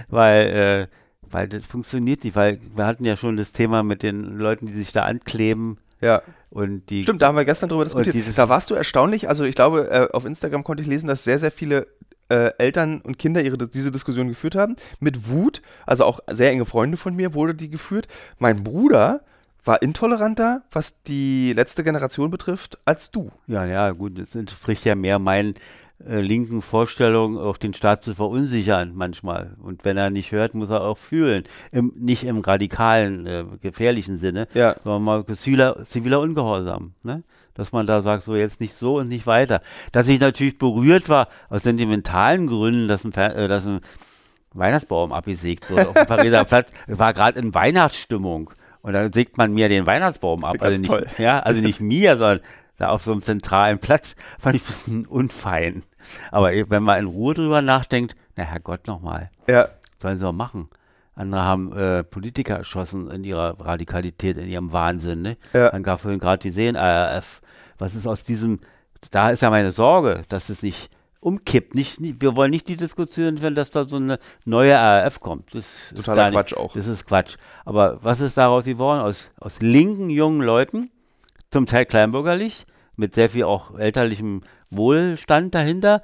weil das funktioniert nicht, weil wir hatten ja schon das Thema mit den Leuten, die sich da ankleben. Ja. Und Stimmt, da haben wir gestern drüber diskutiert. Da warst du erstaunlich, also ich glaube, auf Instagram konnte ich lesen, dass sehr, sehr viele Eltern und Kinder diese Diskussion geführt haben. Mit Wut, also auch sehr enge Freunde von mir wurde die geführt. Mein Bruder war intoleranter, was die letzte Generation betrifft, als du. Ja, gut, das entspricht ja mehr meinen linken Vorstellungen, auch den Staat zu verunsichern manchmal. Und wenn er nicht hört, muss er auch fühlen. Nicht im radikalen, gefährlichen Sinne, sondern mal ziviler Ungehorsam. Ne? Dass man da sagt, so jetzt nicht so und nicht weiter. Dass ich natürlich berührt war, aus sentimentalen Gründen, dass ein Weihnachtsbaum abgesägt wurde auf dem Pariser Platz, war gerade in Weihnachtsstimmung. Und dann sägt man mir den Weihnachtsbaum ab. Also nicht, also nicht mir, sondern da auf so einem zentralen Platz, fand ich ein bisschen unfein. Aber wenn man in Ruhe drüber nachdenkt, na Herrgott nochmal. Ja. Sollen sie auch machen. Andere haben Politiker erschossen in ihrer Radikalität, in ihrem Wahnsinn. Ne? Ja. Dann gab es vorhin gerade die RAF. Was ist aus diesem, da ist ja meine Sorge, dass es nicht umkippt. Wir wollen nicht die Diskussion führen, dass da so eine neue RAF kommt. Das ist totaler Quatsch auch. Das ist Quatsch. Aber was ist daraus geworden? Aus linken, jungen Leuten, zum Teil kleinbürgerlich, mit sehr viel auch elterlichem Wohlstand dahinter,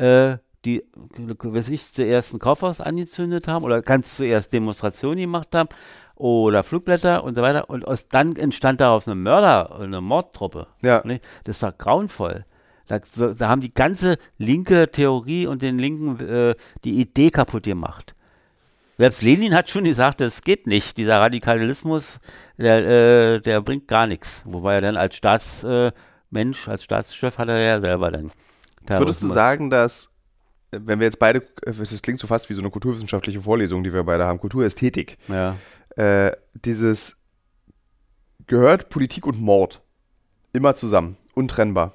die, weiß ich, zuerst ein Kaufhaus angezündet haben oder ganz zuerst Demonstrationen gemacht haben oder Flugblätter und so weiter. Und dann entstand daraus eine Mordtruppe. Ja. Nicht? Das ist doch grauenvoll. Da haben die ganze linke Theorie und den Linken die Idee kaputt gemacht. Selbst Lenin hat schon gesagt, das geht nicht. Dieser Radikalismus, der bringt gar nichts. Wobei er dann als Staatsmensch, als Staatschef hat er ja selber dann. Würdest du sagen, dass, wenn wir jetzt beide, es klingt so fast wie so eine kulturwissenschaftliche Vorlesung, die wir beide haben, Kulturästhetik, gehört Politik und Mord immer zusammen, untrennbar?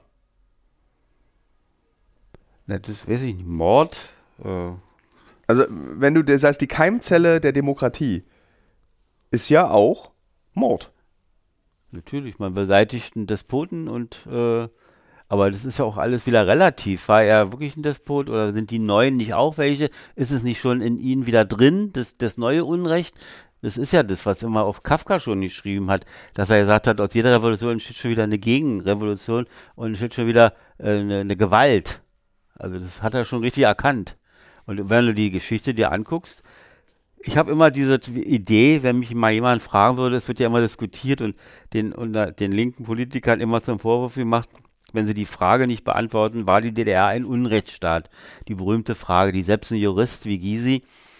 Na, das weiß ich nicht. Mord? Also, wenn du das heißt, die Keimzelle der Demokratie ist ja auch Mord. Natürlich, man beseitigt einen Despoten und Aber das ist ja auch alles wieder relativ. War er wirklich ein Despot oder sind die Neuen nicht auch welche? Ist es nicht schon in ihnen wieder drin, das neue Unrecht? Das ist ja das, was immer auf Kafka schon geschrieben hat, dass er gesagt hat, aus jeder Revolution entsteht schon wieder eine Gegenrevolution und entsteht schon wieder eine Gewalt. Also das hat er schon richtig erkannt. Und wenn du die Geschichte dir anguckst, ich habe immer diese Idee, wenn mich mal jemand fragen würde, es wird ja immer diskutiert und den linken Politikern immer zum Vorwurf gemacht, wenn sie die Frage nicht beantworten, war die DDR ein Unrechtsstaat? Die berühmte Frage, die selbst ein Jurist wie Gysi,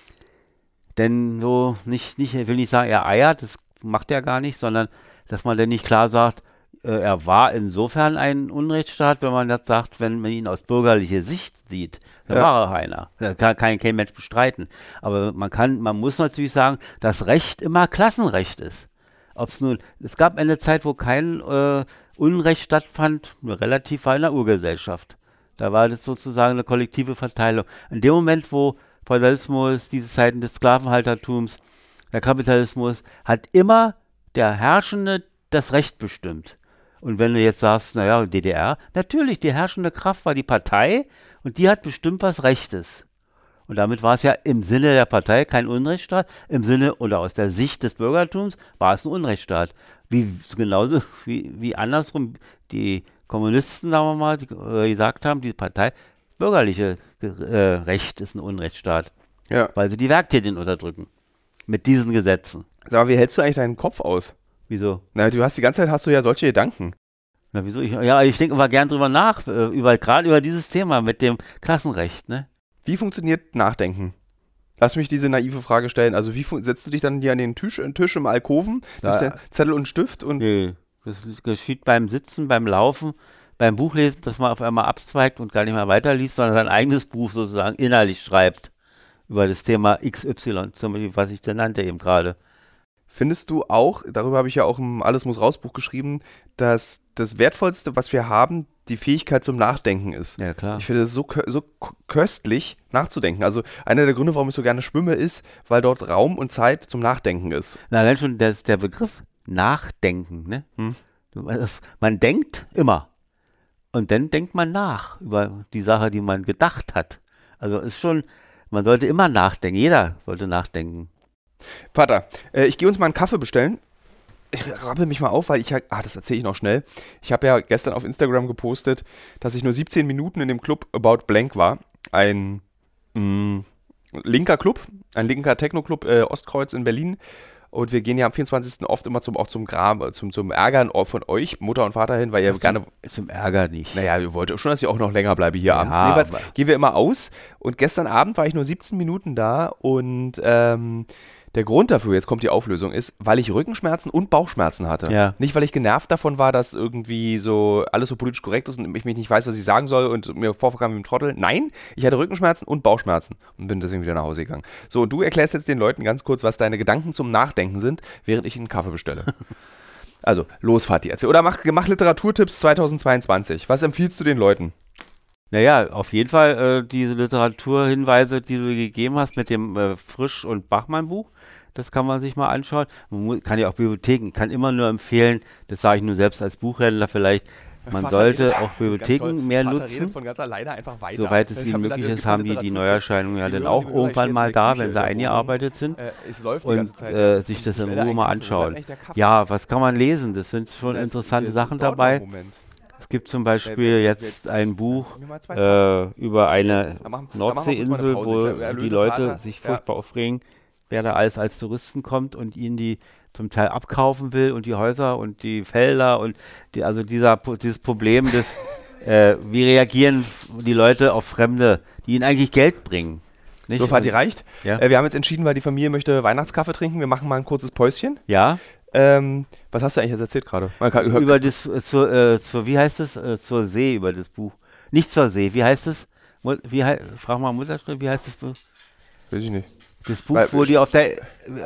denn so ich will nicht sagen, er eiert, das macht er gar nicht, sondern dass man denn nicht klar sagt, er war insofern ein Unrechtsstaat, wenn man das sagt, wenn man ihn aus bürgerlicher Sicht sieht, dann war er einer. Das kann kein Mensch bestreiten. Aber man muss natürlich sagen, dass Recht immer Klassenrecht ist. Es gab eine Zeit, wo kein Unrecht stattfand, nur relativ war in der Urgesellschaft. Da war das sozusagen eine kollektive Verteilung. In dem Moment, wo Feudalismus, diese Zeiten des Sklavenhaltertums, der Kapitalismus, hat immer der Herrschende das Recht bestimmt. Und wenn du jetzt sagst, naja, DDR, natürlich, die herrschende Kraft war die Partei und die hat bestimmt, was Recht ist. Und damit war es ja im Sinne der Partei kein Unrechtsstaat, im Sinne oder aus der Sicht des Bürgertums war es ein Unrechtsstaat. Genauso wie andersrum die Kommunisten, sagen wir mal, gesagt haben, die Partei, bürgerliche Recht ist ein Unrechtsstaat, weil sie die Werktätigen unterdrücken. Mit diesen Gesetzen. Sag mal, wie hältst du eigentlich deinen Kopf aus? Wieso? Na, die ganze Zeit hast du ja solche Gedanken. Na, wieso? Ich denke immer gern drüber nach, gerade über dieses Thema mit dem Klassenrecht, ne? Wie funktioniert Nachdenken? Lass mich diese naive Frage stellen. Also, wie setzt du dich dann hier an den Tisch im Alkoven, nimmst ja Zettel und Stift und. Nee, das geschieht beim Sitzen, beim Laufen, beim Buchlesen, dass man auf einmal abzweigt und gar nicht mehr weiterliest, sondern sein eigenes Buch sozusagen innerlich schreibt über das Thema XY, zum Beispiel, was ich denn nannte eben gerade. Findest du auch, darüber habe ich ja auch im Alles muss raus Buch geschrieben, dass das Wertvollste, was wir haben, die Fähigkeit zum Nachdenken ist? Ja, klar. Ich finde es so köstlich, nachzudenken. Also einer der Gründe, warum ich so gerne schwimme, ist, weil dort Raum und Zeit zum Nachdenken ist. Na, allein schon der Begriff Nachdenken, ne? Man denkt immer. Und dann denkt man nach über die Sache, die man gedacht hat. Also ist schon, man sollte immer nachdenken. Jeder sollte nachdenken. Vater, ich gehe uns mal einen Kaffee bestellen. Ich rappel mich mal auf, weil das erzähle ich noch schnell. Ich habe ja gestern auf Instagram gepostet, dass ich nur 17 Minuten in dem Club About Blank war. Ein linker Club, ein linker Techno-Club, Ostkreuz in Berlin. Und wir gehen ja am 24. oft immer zum Ärgern von euch, Mutter und Vater hin, weil ihr gerne. Zum Ärger nicht. Naja, ihr wollt schon, dass ich auch noch länger bleibe hier abends. Jedenfalls gehen wir immer aus. Und gestern Abend war ich nur 17 Minuten da und der Grund dafür, jetzt kommt die Auflösung, ist, weil ich Rückenschmerzen und Bauchschmerzen hatte. Ja. Nicht, weil ich genervt davon war, dass irgendwie so alles so politisch korrekt ist und ich mich nicht weiß, was ich sagen soll und mir vorkam wie ein Trottel. Nein, ich hatte Rückenschmerzen und Bauchschmerzen und bin deswegen wieder nach Hause gegangen. So, und du erklärst jetzt den Leuten ganz kurz, was deine Gedanken zum Nachdenken sind, während ich einen Kaffee bestelle. Also, los, Fatih, erzähl. Oder mach Literaturtipps 2022. Was empfiehlst du den Leuten? Naja, auf jeden Fall diese Literaturhinweise, die du gegeben hast mit dem Frisch- und Bachmann-Buch, das kann man sich mal anschauen. Man kann ja auch Bibliotheken, kann immer nur empfehlen, das sage ich nur selbst als Buchhändler vielleicht, man sollte auch Bibliotheken mehr nutzen. Von ganz alleine einfach weiter. Soweit es ihnen möglich ist, haben die Neuerscheinungen ja dann auch irgendwann mal da, wenn sie eingearbeitet sind. Und sich das in Ruhe mal anschauen. Ja, was kann man lesen? Das sind schon interessante Sachen dabei. Es gibt zum Beispiel jetzt ein Buch über eine Nordseeinsel, wo die Leute sich furchtbar aufregen, wer da alles als Touristen kommt und ihnen die zum Teil abkaufen will und die Häuser und die Felder und dieses Problem des, wie reagieren die Leute auf Fremde, die ihnen eigentlich Geld bringen. Nicht? So, Fatih, reicht. Ja? Wir haben jetzt entschieden, weil die Familie möchte Weihnachtskaffee trinken. Wir machen mal ein kurzes Päuschen. Ja. Was hast du eigentlich jetzt erzählt gerade? Über das, wie heißt es? Zur See, über das Buch. Nicht zur See, wie heißt es? Frag mal Mutterschrift, wie heißt das Buch? Weiß ich nicht. Das Buch, wo die auf der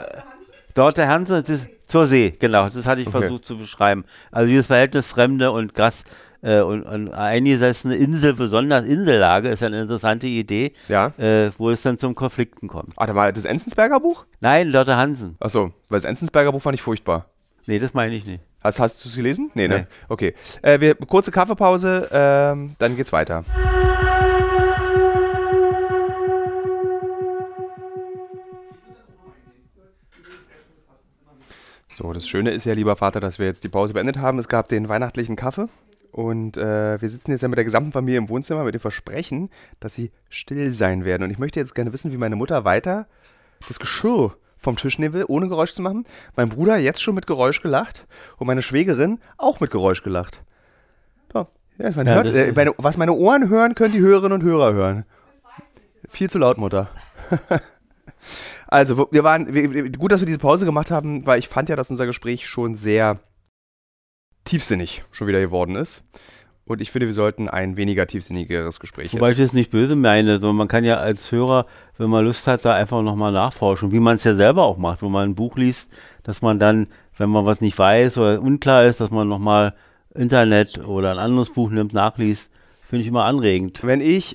dort der Hanse, zur See, genau, das hatte ich versucht zu beschreiben. Also dieses Verhältnis Fremde und Gast und eingesessene Insel, besonders Insellage, ist ja eine interessante Idee, wo es dann zum Konflikten kommt. Warte mal, das Enzensberger Buch? Nein, Lotte Hansen. Achso, weil das Enzensberger Buch fand ich furchtbar. Nee, das meine ich nicht. Hast du es gelesen? Nee, Nee. ne? Okay. Kurze Kaffeepause, dann geht's weiter. So, das Schöne ist ja, lieber Vater, dass wir jetzt die Pause beendet haben. Es gab den weihnachtlichen Kaffee und wir sitzen jetzt ja mit der gesamten Familie im Wohnzimmer mit dem Versprechen, dass sie still sein werden. Und ich möchte jetzt gerne wissen, wie meine Mutter weiter das Geschirr vom Tisch nehmen will, ohne Geräusch zu machen. Mein Bruder jetzt schon mit Geräusch gelacht und meine Schwägerin auch mit Geräusch gelacht. So, ja, was meine Ohren hören, können die Hörerinnen und Hörer hören. Viel zu laut, Mutter. Also, gut, dass wir diese Pause gemacht haben, weil ich fand ja, dass unser Gespräch schon sehr tiefsinnig schon wieder geworden ist. Und ich finde, wir sollten ein weniger tiefsinnigeres Gespräch Wobei ich das nicht böse meine, sondern man kann ja als Hörer, wenn man Lust hat, da einfach nochmal nachforschen, wie man es ja selber auch macht, wenn man ein Buch liest, dass man dann, wenn man was nicht weiß oder unklar ist, dass man nochmal Internet oder ein anderes Buch nimmt, nachliest, finde ich immer anregend. Wenn ich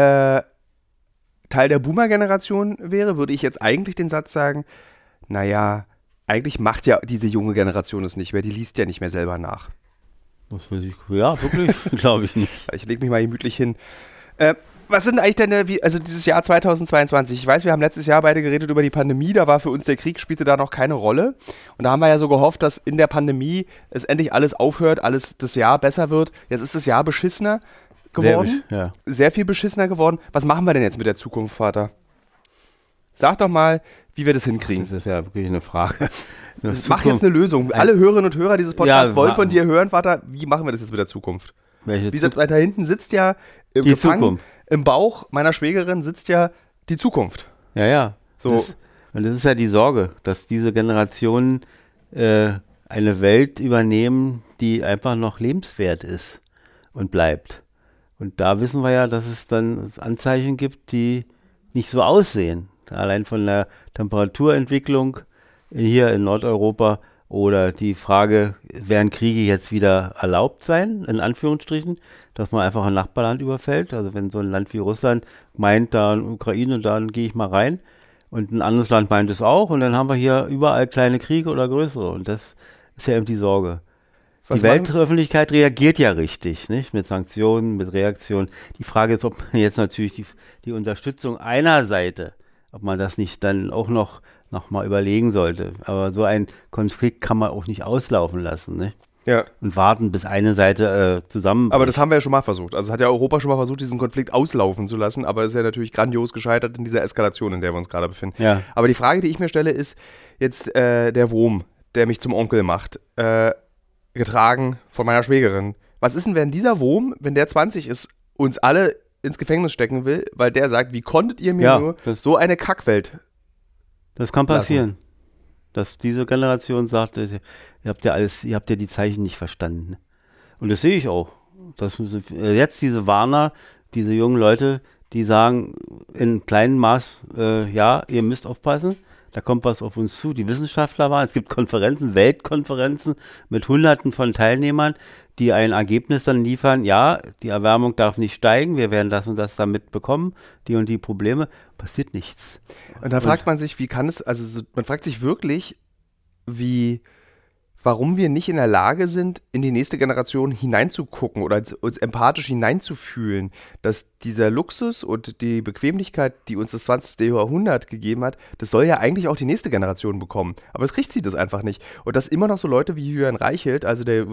Teil der Boomer-Generation wäre, würde ich jetzt eigentlich den Satz sagen, naja, eigentlich macht ja diese junge Generation es nicht mehr, die liest ja nicht mehr selber nach. Was weiß ich, ja, wirklich, glaube ich nicht. Ich lege mich mal gemütlich hin. Was sind eigentlich denn, dieses Jahr 2022? Ich weiß, wir haben letztes Jahr beide geredet über die Pandemie, da war für uns der Krieg, spielte da noch keine Rolle. Und da haben wir ja so gehofft, dass in der Pandemie es endlich alles aufhört, alles das Jahr besser wird. Jetzt ist das Jahr beschissener geworden. Sehr viel beschissener geworden. Was machen wir denn jetzt mit der Zukunft, Vater? Sag doch mal, wie wir das hinkriegen. Das ist ja wirklich eine Frage. Mach jetzt eine Lösung. Alle Hörerinnen und Hörer dieses Podcasts wollen von dir hören, Vater, wie machen wir das jetzt mit der Zukunft? Wie gesagt, weiter hinten sitzt ja im Bauch meiner Schwägerin sitzt ja die Zukunft. Ja. So. Und das ist ja die Sorge, dass diese Generationen eine Welt übernehmen, die einfach noch lebenswert ist und bleibt. Und da wissen wir ja, dass es dann Anzeichen gibt, die nicht so aussehen. Allein von der Temperaturentwicklung hier in Nordeuropa oder die Frage, werden Kriege jetzt wieder erlaubt sein, in Anführungsstrichen, dass man einfach ein Nachbarland überfällt. Also wenn so ein Land wie Russland meint, da in Ukraine, dann gehe ich mal rein. Und ein anderes Land meint es auch. Und dann haben wir hier überall kleine Kriege oder größere. Und das ist ja eben die Sorge. Die Weltöffentlichkeit reagiert ja richtig, nicht? Mit Sanktionen, mit Reaktionen. Die Frage ist, ob man jetzt natürlich die Unterstützung einer Seite, ob man das nicht dann auch noch mal überlegen sollte. Aber so einen Konflikt kann man auch nicht auslaufen lassen, nicht? Ja. Und warten, bis eine Seite zusammenbricht. Aber das haben wir ja schon mal versucht. Also es hat ja Europa schon mal versucht, diesen Konflikt auslaufen zu lassen, aber es ist ja natürlich grandios gescheitert in dieser Eskalation, in der wir uns gerade befinden. Ja. Aber die Frage, die ich mir stelle, ist jetzt der Wurm, der mich zum Onkel macht, getragen von meiner Schwägerin. Was ist denn, wenn dieser Wurm, wenn der 20 ist, uns alle ins Gefängnis stecken will, weil der sagt, wie konntet ihr mir nur so eine Kackwelt Das kann passieren. Dass diese Generation sagt, ihr habt ja die Zeichen nicht verstanden. Und das sehe ich auch. Dass jetzt diese Warner, diese jungen Leute, die sagen in kleinem Maß, ja, ihr müsst aufpassen, da kommt was auf uns zu. Die Wissenschaftler waren, es gibt Konferenzen, Weltkonferenzen mit Hunderten von Teilnehmern, die ein Ergebnis dann liefern, ja, die Erwärmung darf nicht steigen, wir werden das und das damit bekommen, die und die Probleme, passiert nichts. Und da fragt man sich, man fragt sich wirklich, warum wir nicht in der Lage sind, in die nächste Generation hineinzugucken oder uns empathisch hineinzufühlen, dass dieser Luxus und die Bequemlichkeit, die uns das 20. Jahrhundert gegeben hat, das soll ja eigentlich auch die nächste Generation bekommen. Aber es kriegt sie das einfach nicht. Und dass immer noch so Leute wie Julian Reichelt, also der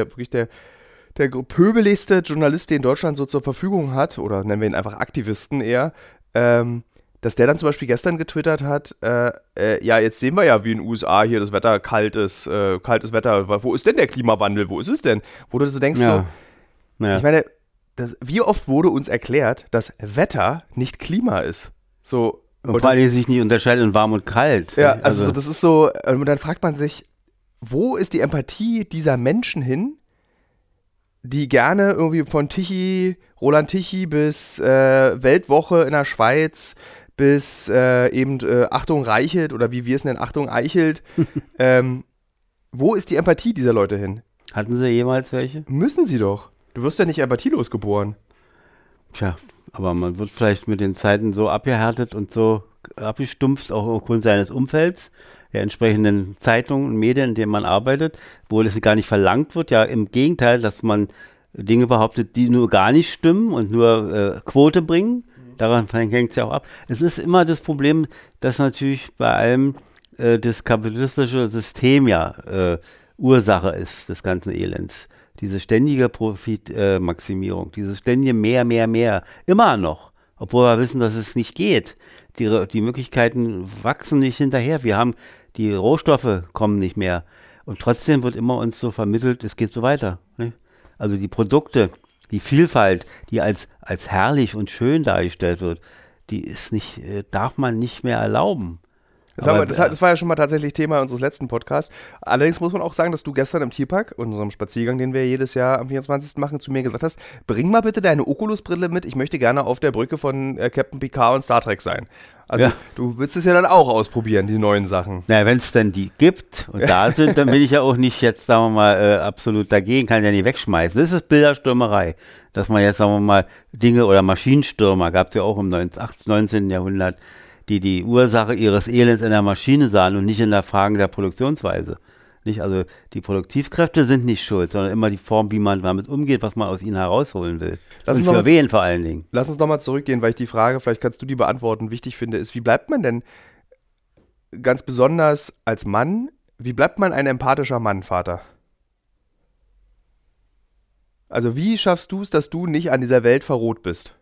pöbeligste Journalist, den Deutschland so zur Verfügung hat, oder nennen wir ihn einfach Aktivisten eher, dass der dann zum Beispiel gestern getwittert hat, ja, jetzt sehen wir ja, wie in den USA hier das Wetter kaltes Wetter, wo ist denn der Klimawandel, wo ist es denn? Wo du so denkst, ich meine, wie oft wurde uns erklärt, dass Wetter nicht Klima ist? So, und vor allem sich nicht unterscheidet in warm und kalt. Ja, also das ist so, und dann fragt man sich, wo ist die Empathie dieser Menschen hin, die gerne irgendwie von Roland Tichy bis Weltwoche in der Schweiz bis Achtung Reichelt oder wie wir es nennen, Achtung Eichelt. Wo ist die Empathie dieser Leute hin? Hatten sie jemals welche? Müssen sie doch. Du wirst ja nicht empathielos geboren. Tja, aber man wird vielleicht mit den Zeiten so abgehärtet und so abgestumpft, auch aufgrund seines Umfelds, der entsprechenden Zeitungen und Medien, in denen man arbeitet, wo das gar nicht verlangt wird. Ja, im Gegenteil, dass man Dinge behauptet, die nur gar nicht stimmen und nur Quote bringen. Daran hängt es ja auch ab. Es ist immer das Problem, dass natürlich bei allem das kapitalistische System ja Ursache ist des ganzen Elends. Diese ständige Profitmaximierung, dieses ständige mehr, immer noch, obwohl wir wissen, dass es nicht geht. Die Möglichkeiten wachsen nicht hinterher. Die Rohstoffe kommen nicht mehr. Und trotzdem wird immer uns so vermittelt, es geht so weiter. Nicht? Also die Produkte, die Vielfalt, die als herrlich und schön dargestellt wird, die ist nicht, darf man nicht mehr erlauben. Das war ja schon mal tatsächlich Thema unseres letzten Podcasts. Allerdings muss man auch sagen, dass du gestern im Tierpark, unserem Spaziergang, den wir jedes Jahr am 24. machen, zu mir gesagt hast, bring mal bitte deine Oculus-Brille mit, ich möchte gerne auf der Brücke von Captain Picard und Star Trek sein. Also ja. Du willst es ja dann auch ausprobieren, die neuen Sachen. Na, wenn es denn die gibt und da sind, dann bin ich ja auch nicht jetzt, sagen wir mal, absolut dagegen, kann ja nicht wegschmeißen. Das ist Bilderstürmerei, dass man jetzt, sagen wir mal, Dinge oder Maschinenstürmer, gab es ja auch im 18., 19. Jahrhundert, die Ursache ihres Elends in der Maschine sahen und nicht in der Frage der Produktionsweise. Nicht? Also die Produktivkräfte sind nicht schuld, sondern immer die Form, wie man damit umgeht, was man aus ihnen herausholen will. Und für wen vor allen Dingen. Lass uns nochmal zurückgehen, weil ich die Frage, vielleicht kannst du die beantworten, wichtig finde, ist, wie bleibt man denn ganz besonders als Mann, wie bleibt man ein empathischer Mann, Vater? Also wie schaffst du es, dass du nicht an dieser Welt verroht bist?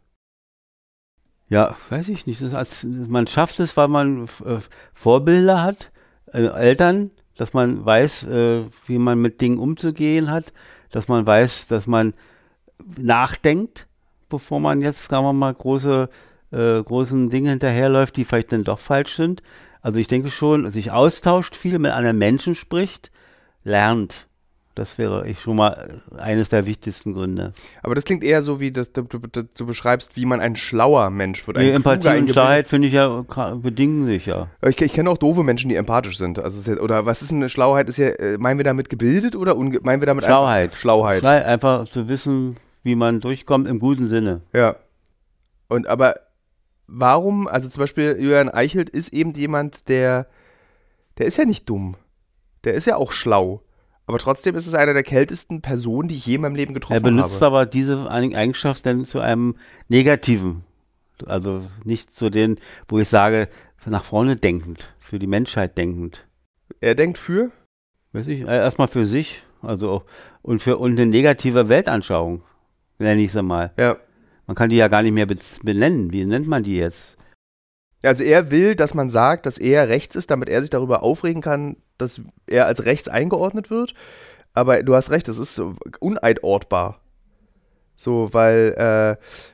Ja, weiß ich nicht. Man schafft es, weil man Vorbilder hat, Eltern, dass man weiß, wie man mit Dingen umzugehen hat, dass man weiß, dass man nachdenkt, bevor man jetzt, sagen wir mal, großen Dinge hinterherläuft, die vielleicht dann doch falsch sind. Also ich denke schon, sich austauscht viel, mit anderen Menschen spricht, lernt. Das wäre schon mal eines der wichtigsten Gründe. Aber das klingt eher so, wie du beschreibst, wie man ein schlauer Mensch wird. Die Empathie und Klarheit, finde ich ja, bedingen sich ja. Ich kenne auch doofe Menschen, die empathisch sind. Also oder was ist eine Schlauheit? Ist ja, meinen wir damit gebildet oder meinen wir damit Schlauheit? Schlauheit. Einfach zu wissen, wie man durchkommt im guten Sinne. Ja. Aber warum, also zum Beispiel Julian Eichelt ist eben jemand, der ist ja nicht dumm. Der ist ja auch schlau. Aber trotzdem ist es eine der kältesten Personen, die ich je in meinem Leben getroffen habe. Er benutzt aber diese Eigenschaft dann zu einem Negativen. Also nicht zu denen, wo ich sage, nach vorne denkend, für die Menschheit denkend. Er denkt für? Weiß ich, erstmal für sich. Also und eine negative Weltanschauung, nenne ich es mal. Ja. Man kann die ja gar nicht mehr benennen. Wie nennt man die jetzt? Also er will, dass man sagt, dass er rechts ist, damit er sich darüber aufregen kann, dass er als rechts eingeordnet wird. Aber du hast recht, das ist so uneinordbar. So, weil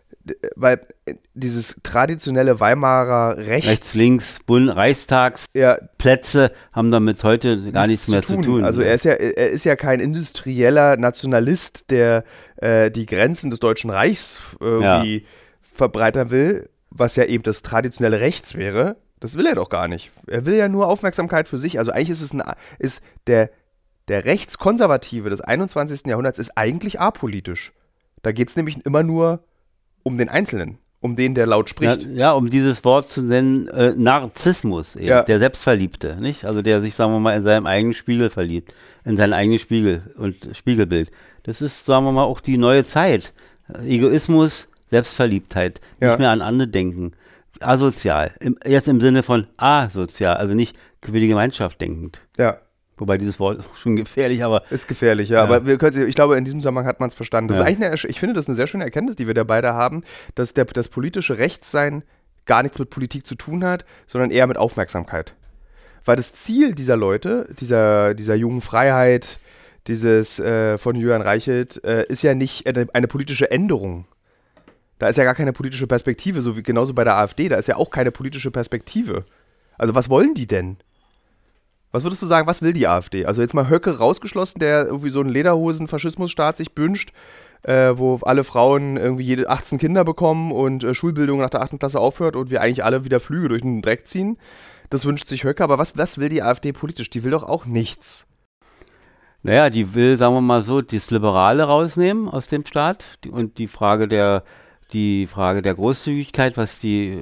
dieses traditionelle Weimarer Rechts, links, Reichstagsplätze haben damit heute gar nichts mehr zu tun. Also er ist ja kein industrieller Nationalist, der die Grenzen des Deutschen Reichs irgendwie verbreitern will, was ja eben das traditionelle Rechts wäre. Das will er doch gar nicht. Er will ja nur Aufmerksamkeit für sich. Also eigentlich ist der Rechtskonservative des 21. Jahrhunderts ist eigentlich apolitisch. Da geht es nämlich immer nur um den Einzelnen, um den, der laut spricht. Ja, um dieses Wort zu nennen, Narzissmus, eben, der Selbstverliebte, nicht? Also der sich, sagen wir mal, in seinem eigenen Spiegel verliebt, in seinen eigenen Spiegel und Spiegelbild. Das ist, sagen wir mal, auch die neue Zeit. Egoismus, Selbstverliebtheit, nicht mehr an andere denken. Asozial, jetzt im Sinne von asozial, also nicht für die Gemeinschaft denkend. Ja. Wobei dieses Wort ist schon gefährlich, aber... Ist gefährlich, ja. Aber ich glaube, in diesem Zusammenhang hat man es verstanden. Das ist eigentlich ich finde, das ist eine sehr schöne Erkenntnis, die wir da beide haben, dass das politische Rechtssein gar nichts mit Politik zu tun hat, sondern eher mit Aufmerksamkeit. Weil das Ziel dieser Leute, dieser jungen Freiheit, dieses von Julian Reichelt, ist ja nicht eine politische Änderung. Da ist ja gar keine politische Perspektive, so wie genauso bei der AfD, da ist ja auch keine politische Perspektive. Also was wollen die denn? Was würdest du sagen, was will die AfD? Also jetzt mal Höcke rausgeschlossen, der irgendwie so einen Lederhosen-Faschismusstaat sich wünscht, wo alle Frauen irgendwie 18 Kinder bekommen und Schulbildung nach der 8. Klasse aufhört und wir eigentlich alle wieder Flüge durch den Dreck ziehen. Das wünscht sich Höcke, aber was will die AfD politisch? Die will doch auch nichts. Naja, die will, sagen wir mal so, das Liberale rausnehmen aus dem Staat und die Frage der Großzügigkeit, was die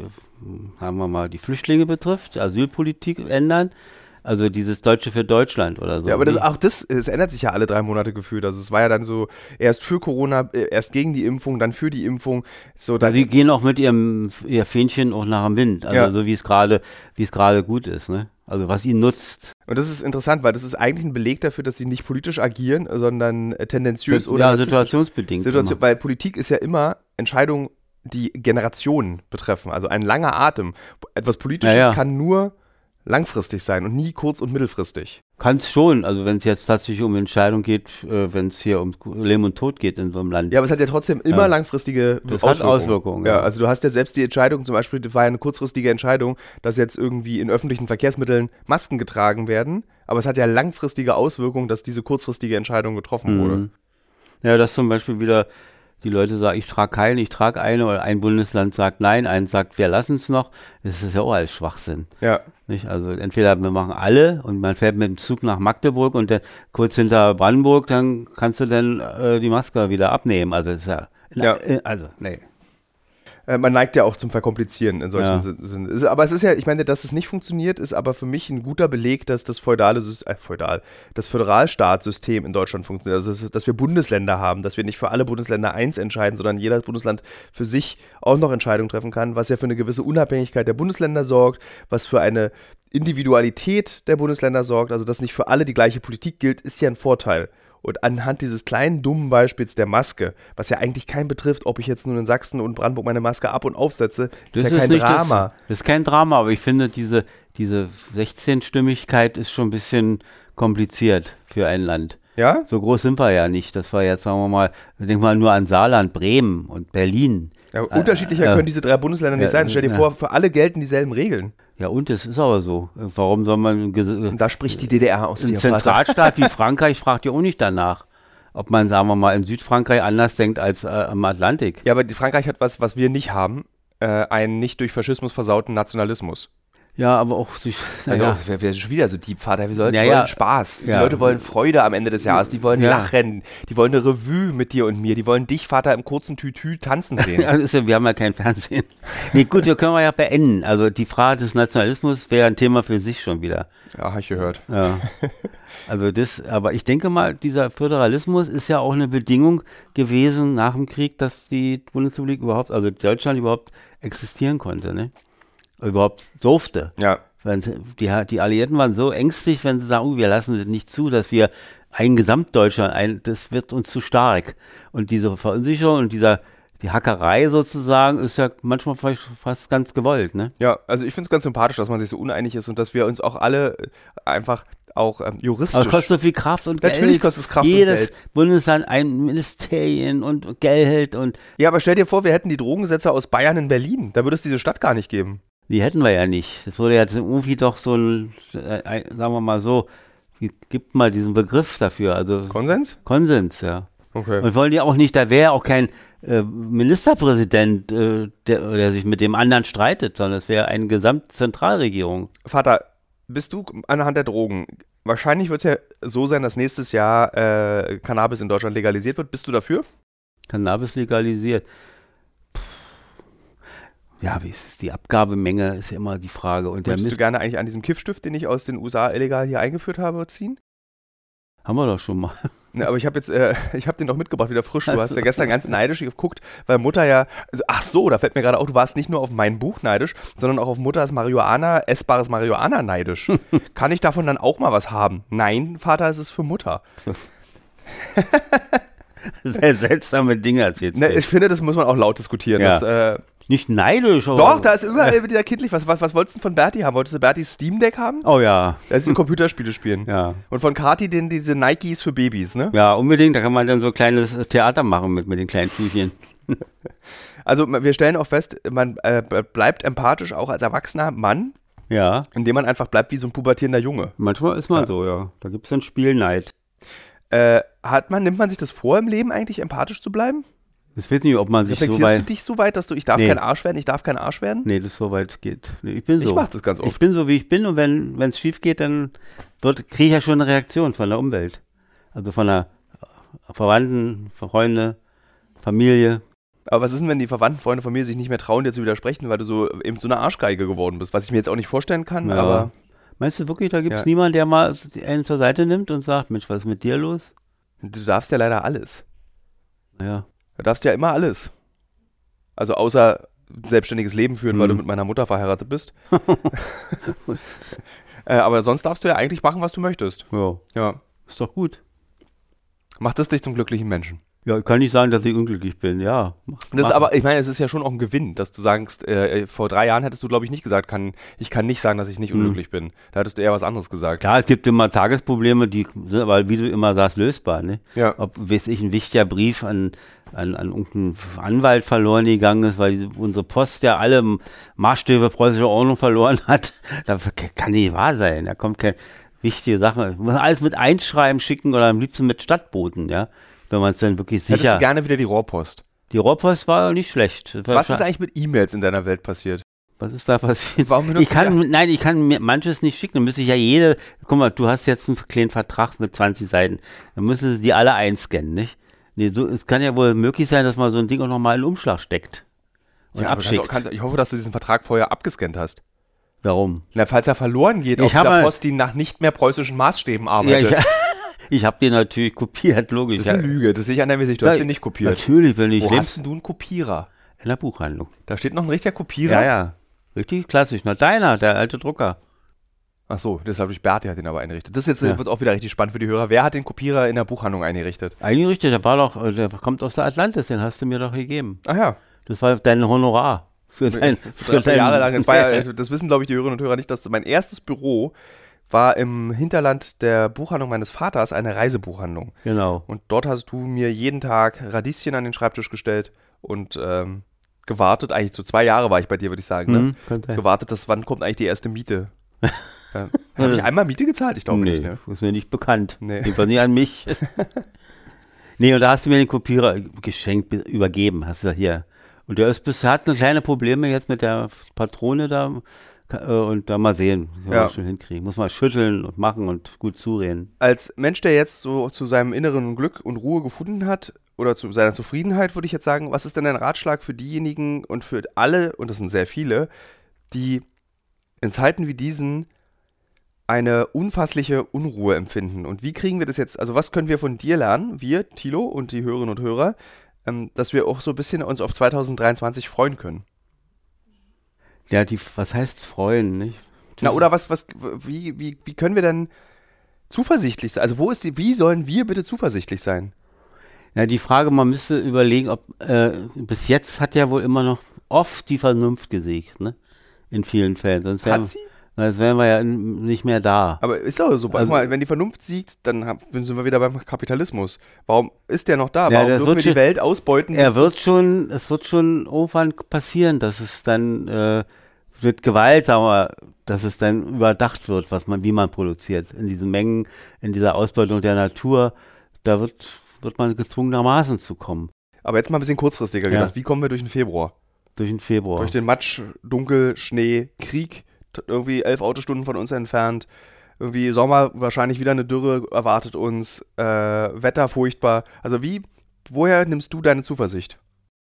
sagen wir mal, die Flüchtlinge betrifft, Asylpolitik ändern. Also dieses Deutsche für Deutschland oder so. Ja, aber das ändert sich ja alle 3 Monate gefühlt. Also es war ja dann so, erst für Corona, erst gegen die Impfung, dann für die Impfung. So, dann sie gehen auch mit ihr Fähnchen auch nach dem Wind, also so wie es gerade gut ist, ne? Also was ihnen nutzt. Und das ist interessant, weil das ist eigentlich ein Beleg dafür, dass sie nicht politisch agieren, sondern tendenziös oder situationsbedingt. Weil Politik ist ja immer Entscheidungen, die Generationen betreffen. Also ein langer Atem. Etwas Politisches kann nur langfristig sein und nie kurz- und mittelfristig. Kann es schon, also wenn es jetzt tatsächlich um Entscheidung geht, wenn es hier um Leben und Tod geht in so einem Land. Ja, aber es hat ja trotzdem immer langfristige Auswirkungen. Ja, also du hast ja selbst die Entscheidung, zum Beispiel, das war ja eine kurzfristige Entscheidung, dass jetzt irgendwie in öffentlichen Verkehrsmitteln Masken getragen werden, aber es hat ja langfristige Auswirkungen, dass diese kurzfristige Entscheidung getroffen wurde. Ja, das zum Beispiel wieder, die Leute sagen, ich trage eine, oder ein Bundesland sagt nein, eins sagt, wir lassen es noch. Das ist ja auch alles Schwachsinn. Ja. Nicht? Also entweder wir machen alle und man fährt mit dem Zug nach Magdeburg und dann kurz hinter Brandenburg, dann kannst du dann die Maske wieder abnehmen. Also das ist nee. Man neigt ja auch zum Verkomplizieren in solchen Sinne. Aber es ist ja, ich meine, dass es nicht funktioniert, ist aber für mich ein guter Beleg, dass das das Föderalstaatssystem in Deutschland funktioniert. Also, dass wir Bundesländer haben, dass wir nicht für alle Bundesländer eins entscheiden, sondern jeder Bundesland für sich auch noch Entscheidungen treffen kann, was ja für eine gewisse Unabhängigkeit der Bundesländer sorgt, was für eine Individualität der Bundesländer sorgt. Also, dass nicht für alle die gleiche Politik gilt, ist ja ein Vorteil. Und anhand dieses kleinen, dummen Beispiels der Maske, was ja eigentlich keinen betrifft, ob ich jetzt nun in Sachsen und Brandenburg meine Maske ab- und aufsetze, ist ja kein Drama. Das ist kein Drama, aber ich finde, diese 16-Stimmigkeit ist schon ein bisschen kompliziert für ein Land. Ja? So groß sind wir ja nicht. Das war jetzt, sagen wir mal, denk mal nur an Saarland, Bremen und Berlin. Ja, unterschiedlicher können diese 3 Bundesländer nicht sein. Stell dir vor, für alle gelten dieselben Regeln. Ja, und es ist aber so. Warum soll man... Und da spricht die DDR aus dir. Ein Zentralstaat wie Frankreich fragt ja auch nicht danach, ob man, sagen wir mal, in Südfrankreich anders denkt als am Atlantik. Ja, aber Frankreich hat was wir nicht haben, einen nicht durch Faschismus versauten Nationalismus. Ja, aber auch durch... Wer ist schon wieder so deep, Vater? Wir wollen Spaß. Die Leute wollen Freude am Ende des Jahres. Die wollen lachen. Die wollen eine Revue mit dir und mir. Die wollen dich, Vater, im kurzen Tütü tanzen sehen. Wir haben ja kein Fernsehen. Nee, gut, wir können ja beenden. Also die Frage des Nationalismus wäre ein Thema für sich schon wieder. Ja, habe ich gehört. Ja. Also aber ich denke mal, dieser Föderalismus ist ja auch eine Bedingung gewesen nach dem Krieg, dass die Bundesrepublik überhaupt, also Deutschland überhaupt existieren konnte, ne? Überhaupt durfte. Ja. Die Alliierten waren so ängstlich, wenn sie sagen, wir lassen es nicht zu, dass wir ein Gesamtdeutschland, das wird uns zu stark. Und diese Verunsicherung und die Hackerei sozusagen ist ja manchmal vielleicht fast ganz gewollt, ne? Ja, also ich finde es ganz sympathisch, dass man sich so uneinig ist und dass wir uns auch alle einfach auch juristisch... Aber es kostet so viel Kraft und Geld. Natürlich kostet es Kraft und Geld. Jedes Bundesland ein Ministerien und Geld und... Ja, aber stell dir vor, wir hätten die Drogengesetze aus Bayern in Berlin. Da würde es diese Stadt gar nicht geben. Die hätten wir ja nicht. Das wurde jetzt irgendwie doch so sagen wir mal so, gibt mal diesen Begriff dafür. Also Konsens? Konsens, ja. Okay. Und wollen die auch nicht, da wäre auch kein Ministerpräsident, der sich mit dem anderen streitet, sondern es wäre eine Gesamtzentralregierung. Vater, bist du anhand der Drogen, wahrscheinlich wird es ja so sein, dass nächstes Jahr Cannabis in Deutschland legalisiert wird. Bist du dafür? Cannabis legalisiert. Ja, wie ist es? Die Abgabemenge ist ja immer die Frage. Und Würdest du gerne eigentlich an diesem Kiffstift, den ich aus den USA illegal hier eingeführt habe, ziehen? Haben wir doch schon mal. Ja, aber ich habe den doch mitgebracht, wieder frisch. Du hast ja gestern ganz neidisch geguckt, weil Mutter ja, ach so, da fällt mir gerade auf, du warst nicht nur auf mein Buch neidisch, sondern auch auf Mutters essbares Marihuana neidisch. Kann ich davon dann auch mal was haben? Nein, Vater, es ist für Mutter. So. Das sind seltsame Dinge erzählt. Ne, ich finde, das muss man auch laut diskutieren. Ja. Das, nicht neidisch. Aber doch, da ist überall wieder kindlich. Was wolltest du von Berti haben? Wolltest du Bertis Steam Deck haben? Oh ja. Da ist ein Computerspiele spielen. Ja. Und von Kati diese Nikes für Babys, ne? Ja, unbedingt. Da kann man dann so ein kleines Theater machen mit den kleinen Füßchen. Also wir stellen auch fest, man bleibt empathisch auch als erwachsener Mann. Ja. Indem man einfach bleibt wie so ein pubertierender Junge. Manchmal ist man so, ja. Da gibt es dann Spielneid. Nimmt man sich das vor, im Leben eigentlich empathisch zu bleiben? Ich weiß nicht, ob man sich so weit... Reflektierst du dich so weit, dass ich darf kein Arsch werden, ich darf kein Arsch werden? Nee, das so weit geht. Nee, ich bin so. Ich mach das ganz oft. Ich bin so, wie ich bin und wenn es schief geht, dann kriege ich ja schon eine Reaktion von der Umwelt. Also von der Verwandten, Freunde, Familie. Aber was ist denn, wenn die verwandten Freunde von mir sich nicht mehr trauen, dir zu widersprechen, weil du so eben so eine Arschgeige geworden bist, was ich mir jetzt auch nicht vorstellen kann, Ja. aber Meinst du wirklich, da gibt es Ja. niemanden, der mal einen zur Seite nimmt und sagt, Mensch, was ist mit dir los? du darfst ja leider alles. Ja. Du darfst ja immer alles. Also außer ein selbstständiges Leben führen, weil du mit meiner Mutter verheiratet bist. Aber sonst darfst du ja eigentlich machen, was du möchtest. Ja, Ja. ist doch gut. Macht es dich zum glücklichen Menschen. Ja, ich kann nicht sagen, dass ich unglücklich bin, ja. Das ist aber, ich meine, es ist ja schon auch ein Gewinn, dass du sagst, vor 3 Jahren hättest du, glaube ich, nicht gesagt, ich kann nicht sagen, dass ich nicht unglücklich bin. Da hättest du eher was anderes gesagt. Klar, es gibt immer Tagesprobleme, die sind aber, wie du immer sagst, lösbar. Ne? Ja. Ob, weiß ich, ein wichtiger Brief an irgendeinen Anwalt verloren gegangen ist, weil unsere Post ja alle Maßstäbe preußischer Ordnung verloren hat. Das kann nicht wahr sein. Da kommt keine wichtige Sache. Man muss alles mit Einschreiben schicken oder am liebsten mit Stadtboten, ja. Wenn man es dann wirklich Hättest sicher. du gerne wieder die Rohrpost. Die Rohrpost war nicht schlecht. Was ist eigentlich mit E-Mails in deiner Welt passiert? Was ist da passiert? Warum benutzt ich kann mir manches nicht schicken. Dann müsste ich ja guck mal, du hast jetzt einen kleinen Vertrag mit 20 Seiten. Dann müssen sie die alle einscannen, nicht? Nee, so, es kann ja wohl möglich sein, dass man so ein Ding auch nochmal in den Umschlag steckt. Und Ja, aber abschickt. ich hoffe, dass du diesen Vertrag vorher abgescannt hast. Warum? Na, falls er verloren geht Ich auf dieser habe- Post, die nach nicht mehr preußischen Maßstäben Ja, arbeitet. ich habe den natürlich kopiert, logisch. Das ist eine Lüge, das sehe ich an deinem Gesicht. Du hast den nicht kopiert. Natürlich, wenn ich Wo hast denn du einen Kopierer? in der Buchhandlung. Da steht noch ein richtiger Kopierer? Ja, ja. Richtig klassisch. Na, deiner, der alte Drucker. Ach so, das habe ich, Berti hat den aber eingerichtet. Das jetzt Ja. wird auch wieder richtig spannend für die Hörer. Wer hat den Kopierer in der Buchhandlung eingerichtet? Eigentlich richtig, der kommt aus der Atlantis, den hast du mir doch gegeben. Ach ja, Das war dein Honorar. Für dein, für 3 Jahre lang. Das, war ja, das wissen, glaube ich, die Hörerinnen und Hörer nicht, dass mein erstes Büro war im Hinterland der Buchhandlung meines Vaters, eine Reisebuchhandlung. Genau. Und dort hast du mir jeden Tag Radieschen an den Schreibtisch gestellt und gewartet. Eigentlich so 2 Jahre war ich bei dir, würde ich sagen. Ne? Kann sein. Gewartet, wann kommt eigentlich die erste Miete? Ja. Habe ich einmal Miete gezahlt? Ich glaube Nee, nicht. Ne? ist mir nicht bekannt. Nee. Jedenfalls nicht an mich. Nee, und da hast du mir den Kopierer geschenkt, übergeben, hast du hier. Und der hat eine kleine Probleme jetzt mit der Patrone da. Und da mal sehen, wie wir Ja. das schon hinkriegen. Muss man schütteln und machen und gut zureden. Als Mensch, der jetzt so zu seinem inneren Glück und Ruhe gefunden hat oder zu seiner Zufriedenheit, würde ich jetzt sagen, was ist denn dein Ratschlag für diejenigen und für alle, und das sind sehr viele, die in Zeiten wie diesen eine unfassliche Unruhe empfinden? Und wie kriegen wir das jetzt, also was können wir von dir lernen, wir, Thilo und die Hörerinnen und Hörer, dass wir auch so ein bisschen uns auf 2023 freuen können? Ja, was heißt freuen, nicht? Na, oder wie können wir denn zuversichtlich sein? Also wie sollen wir bitte zuversichtlich sein? Ja, die Frage, man müsste überlegen, ob bis jetzt hat ja wohl immer noch oft die Vernunft gesiegt, ne? In vielen Fällen. Sonst Hat sie? wären wir ja nicht mehr da. Aber ist doch so, Also- mal, wenn die Vernunft siegt, dann sind wir wieder beim Kapitalismus. Warum ist der noch da? Ja, Warum das dürfen wird wir die schon- Welt ausbeuten? Es wird schon irgendwann passieren, dass es dann mit Gewalt, sagen wir, dass es dann überdacht wird, wie man produziert. In diesen Mengen, in dieser Ausbeutung der Natur, da wird man gezwungenermaßen zu kommen. Aber jetzt mal ein bisschen kurzfristiger Ja. gedacht. Wie kommen wir durch den Februar? Durch den Februar. Durch den Matsch, Dunkel, Schnee, Krieg, irgendwie 11 Autostunden von uns entfernt. Irgendwie Sommer, wahrscheinlich wieder eine Dürre erwartet uns. Wetter furchtbar. Also woher nimmst du deine Zuversicht?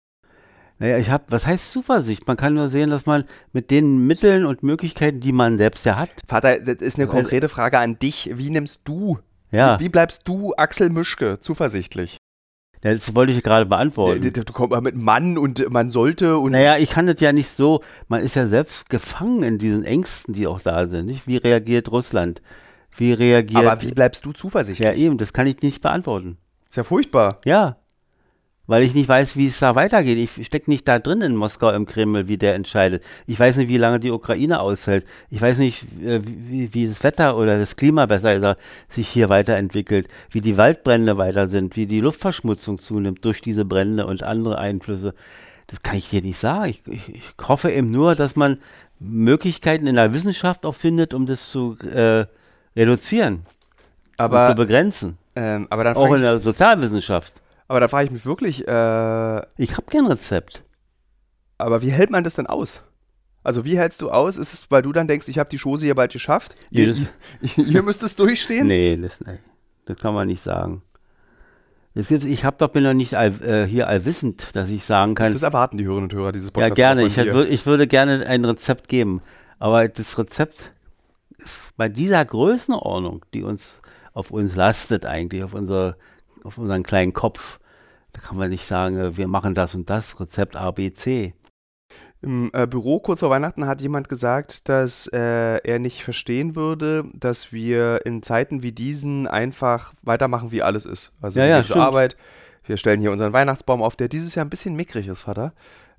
Naja, was heißt Zuversicht? Man kann nur sehen, dass man mit den Mitteln und Möglichkeiten, die man selbst ja hat, Vater, das ist eine konkrete Frage an dich. Wie nimmst du, ja, wie bleibst du, Axel Mischke, zuversichtlich? das wollte ich gerade beantworten. Du kommst mal mit Mann und man sollte und Naja, ich kann das ja nicht so, man ist ja selbst gefangen in diesen Ängsten, die auch da sind. Nicht? Wie reagiert Russland? Wie reagiert... aber wie bleibst du zuversichtlich? Ja, eben, das kann ich nicht beantworten. Ist ja furchtbar. Ja, weil ich nicht weiß, wie es da weitergeht. Ich stecke nicht da drin in Moskau im Kreml, wie der entscheidet. Ich weiß nicht, wie lange die Ukraine aushält. Ich weiß nicht, wie das Wetter oder das Klima besser gesagt sich hier weiterentwickelt, wie die Waldbrände weiter sind, wie die Luftverschmutzung zunimmt durch diese Brände und andere Einflüsse. Das kann ich dir nicht sagen. Ich hoffe eben nur, dass man Möglichkeiten in der Wissenschaft auch findet, um das zu reduzieren und zu Aber, begrenzen. aber dann Auch in frage der Sozialwissenschaft. ich mich wirklich, Ich habe kein Rezept. aber wie hält man das denn aus? Also wie hältst du aus? Ist es, weil du dann denkst, ich habe die Chose hier bald geschafft? Nee, Ihr müsst es durchstehen? Nee, das kann man nicht sagen. Bin doch nicht hier allwissend, dass ich sagen kann. Das erwarten die Hörerinnen und Hörer dieses Ja, Podcasts. gerne. auch von dir. Ich würde gerne ein Rezept geben. Aber das Rezept ist bei dieser Größenordnung, die auf uns lastet eigentlich, auf unseren kleinen Kopf, da kann man nicht sagen, wir machen das und das, Rezept A, B, C. Im Büro kurz vor Weihnachten hat jemand gesagt, dass er nicht verstehen würde, dass wir in Zeiten wie diesen einfach weitermachen, wie alles ist. Also Ja, die stimmt. Arbeit, wir stellen hier unseren Weihnachtsbaum auf, der dieses Jahr ein bisschen mickrig ist, Vater.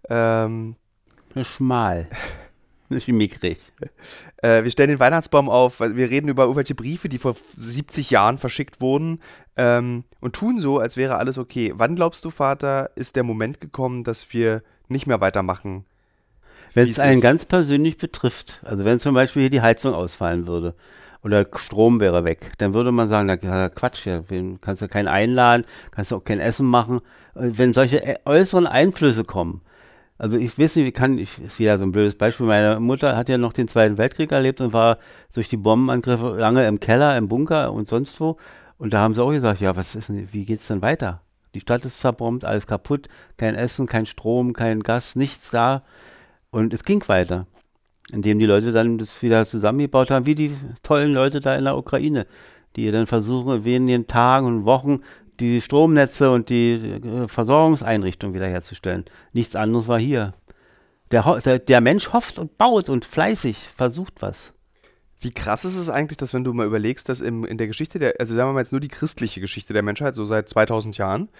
Schmal. Nicht mickrig. Wir stellen den Weihnachtsbaum auf, weil wir reden über irgendwelche Briefe, die vor 70 Jahren verschickt wurden und tun so, als wäre alles okay. Wann glaubst du, Vater, ist der Moment gekommen, dass wir nicht mehr weitermachen? Wenn Wie es es einen ist. ganz persönlich betrifft, also wenn zum Beispiel hier die Heizung ausfallen würde oder Strom wäre weg, dann würde man sagen, na, Quatsch, ja, kannst du keinen einladen, kannst du auch kein Essen machen. Wenn solche äußeren Einflüsse kommen, also ich weiß nicht, ist wieder so ein blödes Beispiel, meine Mutter hat ja noch den Zweiten Weltkrieg erlebt und war durch die Bombenangriffe lange im Keller, im Bunker und sonst wo. Und da haben sie auch gesagt, ja, wie geht's denn weiter? Die Stadt ist zerbombt, alles kaputt, kein Essen, kein Strom, kein Gas, nichts da. Und es ging weiter, indem die Leute dann das wieder zusammengebaut haben, wie die tollen Leute da in der Ukraine, die dann versuchen, in wenigen Tagen und Wochen die Stromnetze und die Versorgungseinrichtungen wiederherzustellen. Nichts anderes war hier. Der Mensch hofft und baut und fleißig versucht was. Wie krass ist es eigentlich, dass wenn du mal überlegst, dass in der Geschichte also sagen wir mal jetzt nur die christliche Geschichte der Menschheit, so seit 2000 Jahren,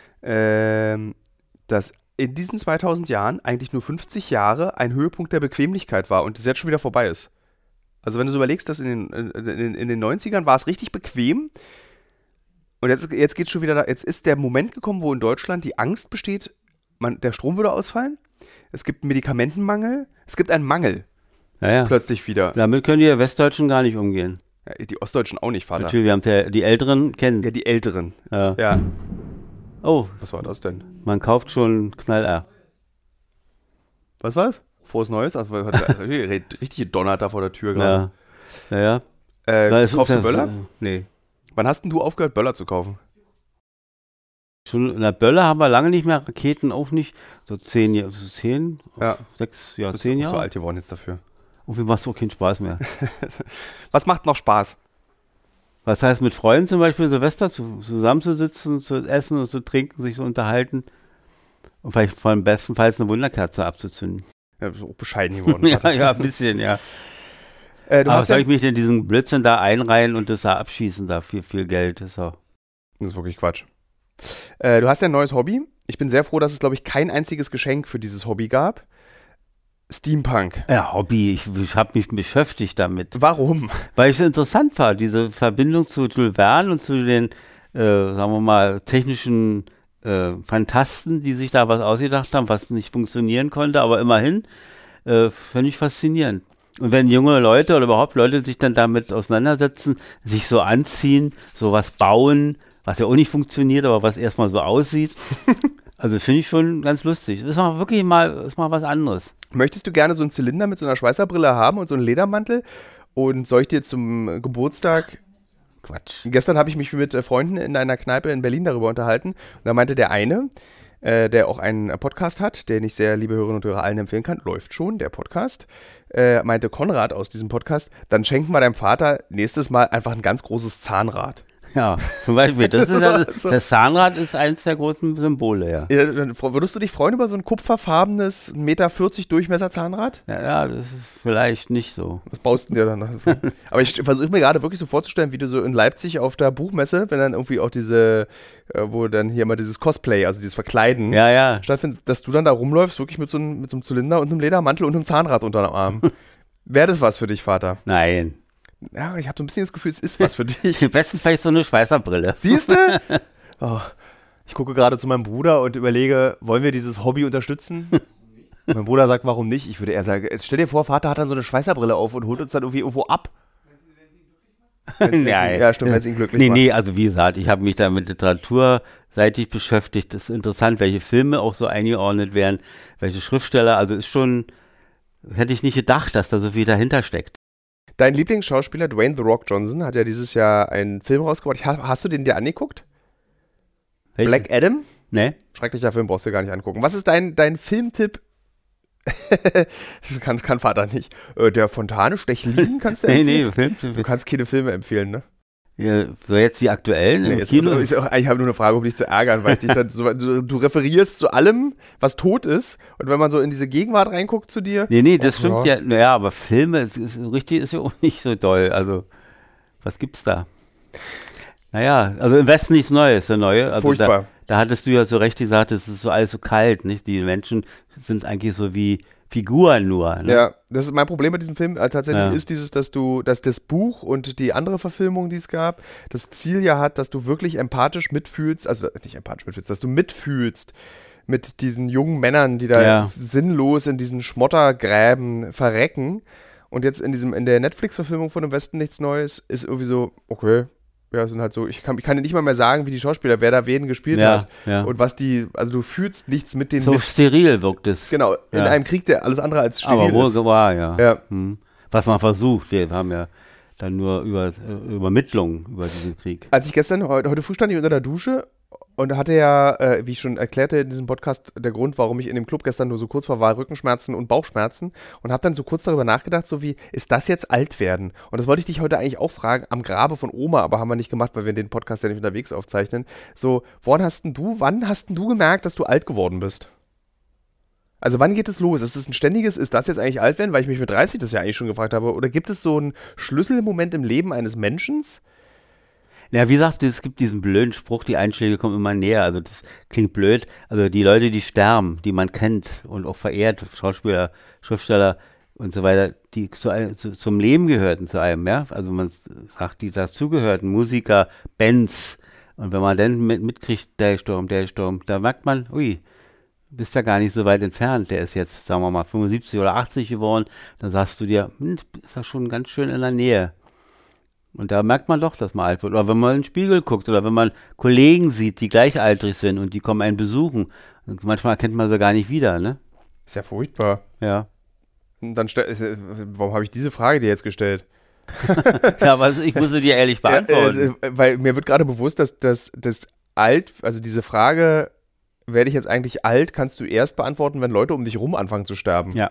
dass in diesen 2000 Jahren eigentlich nur 50 Jahre ein Höhepunkt der Bequemlichkeit war und das jetzt schon wieder vorbei ist. Also wenn du so überlegst, dass in den 90ern war es richtig bequem und jetzt geht's schon wieder jetzt ist der Moment gekommen, wo in Deutschland die Angst besteht, der Strom würde ausfallen, es gibt einen Medikamentenmangel, es gibt einen Mangel Naja, plötzlich wieder. damit können die Westdeutschen gar nicht umgehen. Ja, die Ostdeutschen auch nicht, Vater. Natürlich, wir haben die Älteren kennen. Ja, die Älteren. Ja. Ja. Oh, Was war das denn? man kauft schon Knall R. Was war's? Frohes Neues? Also, richtig gedonnert da vor der Tür gerade. Ja. Ja. Da ist Kaufst du uns Böller? Nee. Wann hast denn du aufgehört, Böller zu kaufen? Schon in der Böller haben wir lange nicht mehr, Raketen auch nicht. So 10 Jahre, 10, Ja. 6, ja, Bist 10 du auch so Jahre. alt geworden jetzt dafür. Irgendwie macht es auch keinen Spaß mehr. Was macht noch Spaß? Was heißt mit Freunden zum Beispiel Silvester zusammenzusitzen, zu essen und zu trinken, sich zu unterhalten und vielleicht vor allem bestenfalls eine Wunderkerze abzuzünden. Ja, bist auch bescheiden geworden. Ja, ja, ein bisschen, ja. Du Aber hast soll ja, ich mich in diesen Blödsinn da einreihen und das da abschießen, da viel Geld ist auch. das ist wirklich Quatsch. Du hast ja ein neues Hobby. Ich bin sehr froh, dass es, glaube ich, kein einziges Geschenk für dieses Hobby gab. Steampunk. Ja, Hobby, ich habe mich beschäftigt damit, Warum? weil ich es interessant war, diese Verbindung zu Jules Verne und zu den, sagen wir mal, technischen Phantasten, die sich da was ausgedacht haben, was nicht funktionieren konnte, aber immerhin finde ich faszinierend. Und wenn junge Leute oder überhaupt Leute sich dann damit auseinandersetzen, sich so anziehen, sowas bauen, was ja auch nicht funktioniert, aber was erstmal so aussieht, also finde ich schon ganz lustig. Ist mal wirklich ist mal was anderes. Möchtest du gerne so einen Zylinder mit so einer Schweißerbrille haben und so einen Ledermantel? Und soll ich dir zum Geburtstag... Quatsch. Gestern habe ich mich mit Freunden in einer Kneipe in Berlin darüber unterhalten. Und da meinte der eine, der auch einen Podcast hat, den ich sehr, liebe Hörerinnen und Hörer, allen empfehlen kann, läuft schon, der Podcast, meinte Konrad aus diesem Podcast, dann schenken wir deinem Vater nächstes Mal einfach ein ganz großes Zahnrad. Ja, zum Beispiel, das ist also, So. das Zahnrad ist eins der großen Symbole, ja. Ja, dann würdest du dich freuen über so ein kupferfarbenes 1,40 Meter Durchmesser Zahnrad? Ja, das ist vielleicht nicht so. Was baust du dir dann noch so? Aber ich versuche mir gerade wirklich so vorzustellen, wie du so in Leipzig auf der Buchmesse, wenn dann irgendwie auch diese, wo dann hier mal dieses Cosplay, also dieses Verkleiden Ja. stattfindet, dass du dann da rumläufst, wirklich mit so einem Zylinder und einem Ledermantel und einem Zahnrad unter dem Arm. Wäre das was für dich, Vater? Nein. Ja, ich habe so ein bisschen das Gefühl, es ist was für dich. Am besten vielleicht so eine Schweißerbrille. Siehst du? Oh, ich gucke gerade zu meinem Bruder und überlege, wollen wir dieses Hobby unterstützen? Mein Bruder sagt, warum nicht? Ich würde eher sagen, jetzt stell dir vor, Vater hat dann so eine Schweißerbrille auf und holt uns dann irgendwie irgendwo ab. Nein. Ja, stimmt, wenn es ihn glücklich macht. Nee, also wie gesagt, ich habe mich da mit Literatur seitig beschäftigt. Das ist interessant, welche Filme auch so eingeordnet werden, welche Schriftsteller. Also ist schon, hätte ich nicht gedacht, dass da so viel dahinter steckt. Dein Lieblingsschauspieler Dwayne The Rock Johnson hat ja dieses Jahr einen Film rausgebracht. Hast du den dir angeguckt? Welche? Black Adam? Ne? Schrecklicher Film, brauchst du dir gar nicht angucken. Was ist dein Filmtipp? kann Vater nicht. Der Fontane Stechlin kannst du empfehlen? Film. Du kannst keine Filme empfehlen, ne? Ja, so jetzt die aktuellen Nee, im Kino? ich habe nur eine Frage, um dich zu ärgern, weil ich dich dann du referierst zu allem, was tot ist. Und wenn man so in diese Gegenwart reinguckt zu dir. Nee, das stimmt ja. Naja, aber Filme, richtig ist ja auch nicht so doll. Also, was gibt's da? Naja, also im Westen nichts Neues, der Neue. Also Furchtbar. Da hattest du ja so recht gesagt, es ist so alles so kalt, nicht? Die Menschen sind eigentlich so wie Figuren nur. Ne? Ja, das ist mein Problem mit diesem Film. Tatsächlich Ja. ist dieses, dass das Buch und die andere Verfilmung, die es gab, das Ziel ja hat, dass du wirklich empathisch mitfühlst, also nicht empathisch mitfühlst, dass du mitfühlst mit diesen jungen Männern, die da sinnlos in diesen Schmottergräben verrecken. Und jetzt in der Netflix-Verfilmung von dem Westen nichts Neues ist irgendwie so, okay, ja, sind halt so, ich kann dir nicht mal mehr sagen, wie die Schauspieler, wer da wen gespielt hat. Ja. Und also du fühlst nichts mit denen So mit. steril wirkt es. Genau, in Ja. einem Krieg, der alles andere als steril Aber wohl ist. so war, ja. Ja. Was man versucht, wir haben ja dann nur Übermittlung über diesen Krieg. Als ich heute früh stand ich unter der Dusche und hatte ja, wie ich schon erklärte in diesem Podcast, der Grund, warum ich in dem Club gestern nur so kurz war Rückenschmerzen und Bauchschmerzen und habe dann so kurz darüber nachgedacht, so wie, ist das jetzt alt werden? Und das wollte ich dich heute eigentlich auch fragen, am Grabe von Oma, aber haben wir nicht gemacht, weil wir den Podcast ja nicht unterwegs aufzeichnen. So, wann hast denn du gemerkt, dass du alt geworden bist? Also wann geht es los? Ist es ein ständiges, ist das jetzt eigentlich alt werden? Weil ich mich mit 30 das ja eigentlich schon gefragt habe. Oder gibt es so einen Schlüsselmoment im Leben eines Menschen? Ja, wie sagst du, es gibt diesen blöden Spruch, die Einschläge kommen immer näher. Also das klingt blöd. Also die Leute, die sterben, die man kennt und auch verehrt, Schauspieler, Schriftsteller und so weiter, die zum Leben gehörten zu einem, ja. Also man sagt, die dazugehörten, Musiker, Bands. Und wenn man dann mitkriegt, der ist gestorben, da merkt man, ui, bist ja gar nicht so weit entfernt. Der ist jetzt, sagen wir mal, 75 oder 80 geworden. Dann sagst du dir, ist ja schon ganz schön in der Nähe. Und da merkt man doch, dass man alt wird. Oder wenn man in den Spiegel guckt oder wenn man Kollegen sieht, die gleichaltrig sind und die kommen einen besuchen. Und manchmal erkennt man sie gar nicht wieder, ne? Ist ja furchtbar. Ja. Und dann warum habe ich diese Frage dir jetzt gestellt? Ja, aber ich muss sie dir ehrlich beantworten. Weil mir wird gerade bewusst, dass das alt, also diese Frage, werde ich jetzt eigentlich alt, kannst du erst beantworten, wenn Leute um dich rum anfangen zu sterben. Ja.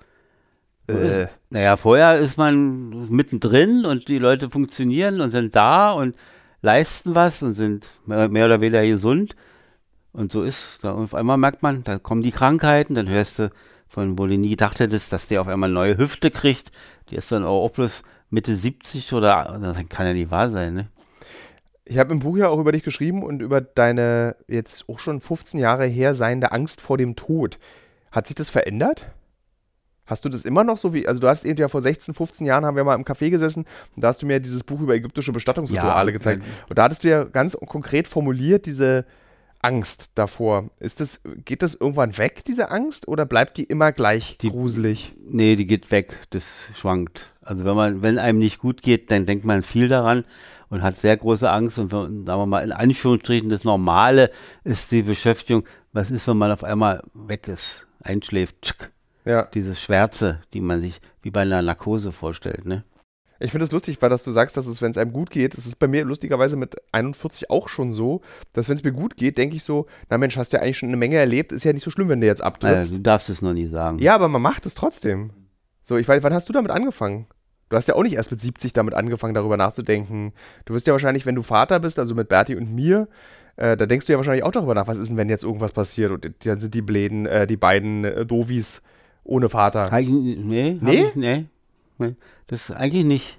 Naja, vorher ist man mittendrin und die Leute funktionieren und sind da und leisten was und sind mehr oder weniger gesund. Und so ist, da auf einmal merkt man, da kommen die Krankheiten, dann hörst du von, wo du nie gedacht hättest, dass der auf einmal eine neue Hüfte kriegt. Die ist dann auch bloß Mitte 70 oder, das kann ja nicht wahr sein, ne? Ich habe im Buch ja auch über dich geschrieben und über deine jetzt auch schon 15 Jahre her seiende Angst vor dem Tod. Hat sich das verändert? Hast du das immer noch so wie, also du hast eben ja vor 16, 15 Jahren haben wir mal im Café gesessen und da hast du mir dieses Buch über ägyptische Bestattungsrituale gezeigt. Und da hattest du ja ganz konkret formuliert diese Angst davor. Geht das irgendwann weg, diese Angst, oder bleibt die immer gleich gruselig? Nee, die geht weg, das schwankt. Also wenn einem nicht gut geht, dann denkt man viel daran und hat sehr große Angst und sagen wir mal in Anführungsstrichen das Normale ist die Beschäftigung, was ist, wenn man auf einmal weg ist, einschläft, tschk. Ja. Diese Schwärze, die man sich wie bei einer Narkose vorstellt, ne? Ich finde es lustig, weil du sagst, dass es, wenn es einem gut geht, es ist bei mir lustigerweise mit 41 auch schon so, dass wenn es mir gut geht, denke ich so, na Mensch, hast ja eigentlich schon eine Menge erlebt, ist ja nicht so schlimm, wenn du jetzt abtrittst. Du darfst es noch nie sagen. Ja, aber man macht es trotzdem. So, ich weiß, wann hast du damit angefangen? Du hast ja auch nicht erst mit 70 damit angefangen, darüber nachzudenken. Du wirst ja wahrscheinlich, wenn du Vater bist, also mit Berti und mir, da denkst du ja wahrscheinlich auch darüber nach, was ist denn, wenn jetzt irgendwas passiert und dann sind die beiden Dovis ohne Vater. Nee. Das eigentlich nicht.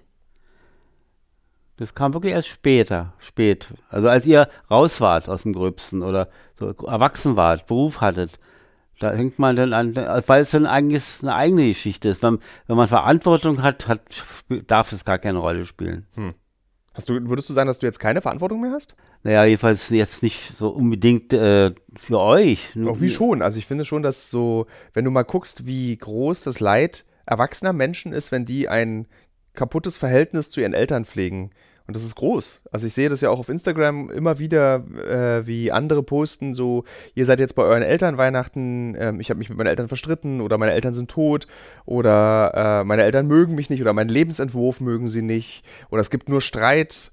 Das kam wirklich erst spät. Also als ihr raus wart aus dem Gröbsten oder so erwachsen wart, Beruf hattet, da hängt man dann an, weil es dann eigentlich eine eigene Geschichte ist. Wenn man Verantwortung hat, darf es gar keine Rolle spielen. Würdest du sagen, dass du jetzt keine Verantwortung mehr hast? Naja, jedenfalls jetzt nicht so unbedingt für euch. Auch wie schon. Also ich finde schon, dass so, wenn du mal guckst, wie groß das Leid erwachsener Menschen ist, wenn die ein kaputtes Verhältnis zu ihren Eltern pflegen. Und das ist groß. Also ich sehe das ja auch auf Instagram immer wieder, wie andere posten, so, ihr seid jetzt bei euren Eltern Weihnachten, ich habe mich mit meinen Eltern verstritten oder meine Eltern sind tot oder meine Eltern mögen mich nicht oder meinen Lebensentwurf mögen sie nicht oder es gibt nur Streit.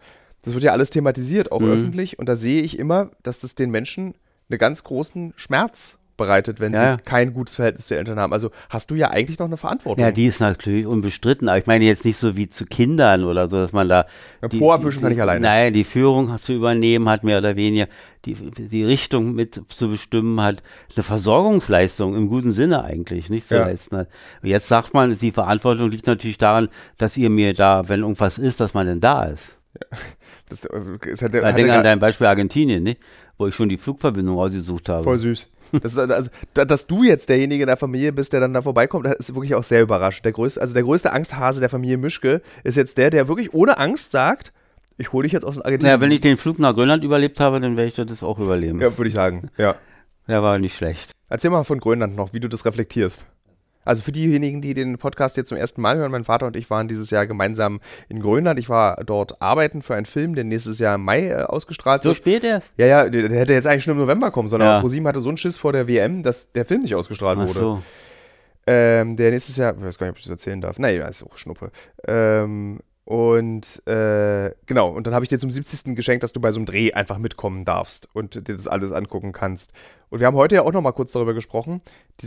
Das wird ja alles thematisiert, auch öffentlich. Und da sehe ich immer, dass das den Menschen einen ganz großen Schmerz bereitet, wenn sie kein gutes Verhältnis zu Eltern haben. Also hast du ja eigentlich noch eine Verantwortung. Ja, die ist natürlich unbestritten. Aber ich meine jetzt nicht so wie zu Kindern oder so, dass man da Po abwischen kann ich alleine. Nein, die Führung zu übernehmen hat, mehr oder weniger die Richtung mit zu bestimmen hat, eine Versorgungsleistung im guten Sinne eigentlich nicht zu leisten hat. Und jetzt sagt man, die Verantwortung liegt natürlich daran, dass ihr mir da, wenn irgendwas ist, dass man denn da ist. Ja. Denke an dein Beispiel Argentinien, nicht? Wo ich schon die Flugverbindung ausgesucht habe. Voll süß. Dass du jetzt derjenige in der Familie bist, der dann da vorbeikommt, das ist wirklich auch sehr überraschend. Der größte Angsthase der Familie Mischke ist jetzt der wirklich ohne Angst sagt, ich hole dich jetzt aus Argentinien. Ja, wenn ich den Flug nach Grönland überlebt habe, dann werde ich das auch überleben. Ja, würde ich sagen, ja. Der war nicht schlecht. Erzähl mal von Grönland noch, wie du das reflektierst. Also für diejenigen, die den Podcast jetzt zum ersten Mal hören, mein Vater und ich waren dieses Jahr gemeinsam in Grönland. Ich war dort arbeiten für einen Film, der nächstes Jahr im Mai ausgestrahlt wird. So spät erst? Ja, der hätte jetzt eigentlich schon im November kommen sollen, aber ProSieben hatte so einen Schiss vor der WM, dass der Film nicht ausgestrahlt wurde. So. Der nächstes Jahr, ich weiß gar nicht, ob ich das erzählen darf. Nein, das ist auch Schnuppe. Genau, und dann habe ich dir zum 70. geschenkt, dass du bei so einem Dreh einfach mitkommen darfst und dir das alles angucken kannst. Und wir haben heute ja auch noch mal kurz darüber gesprochen,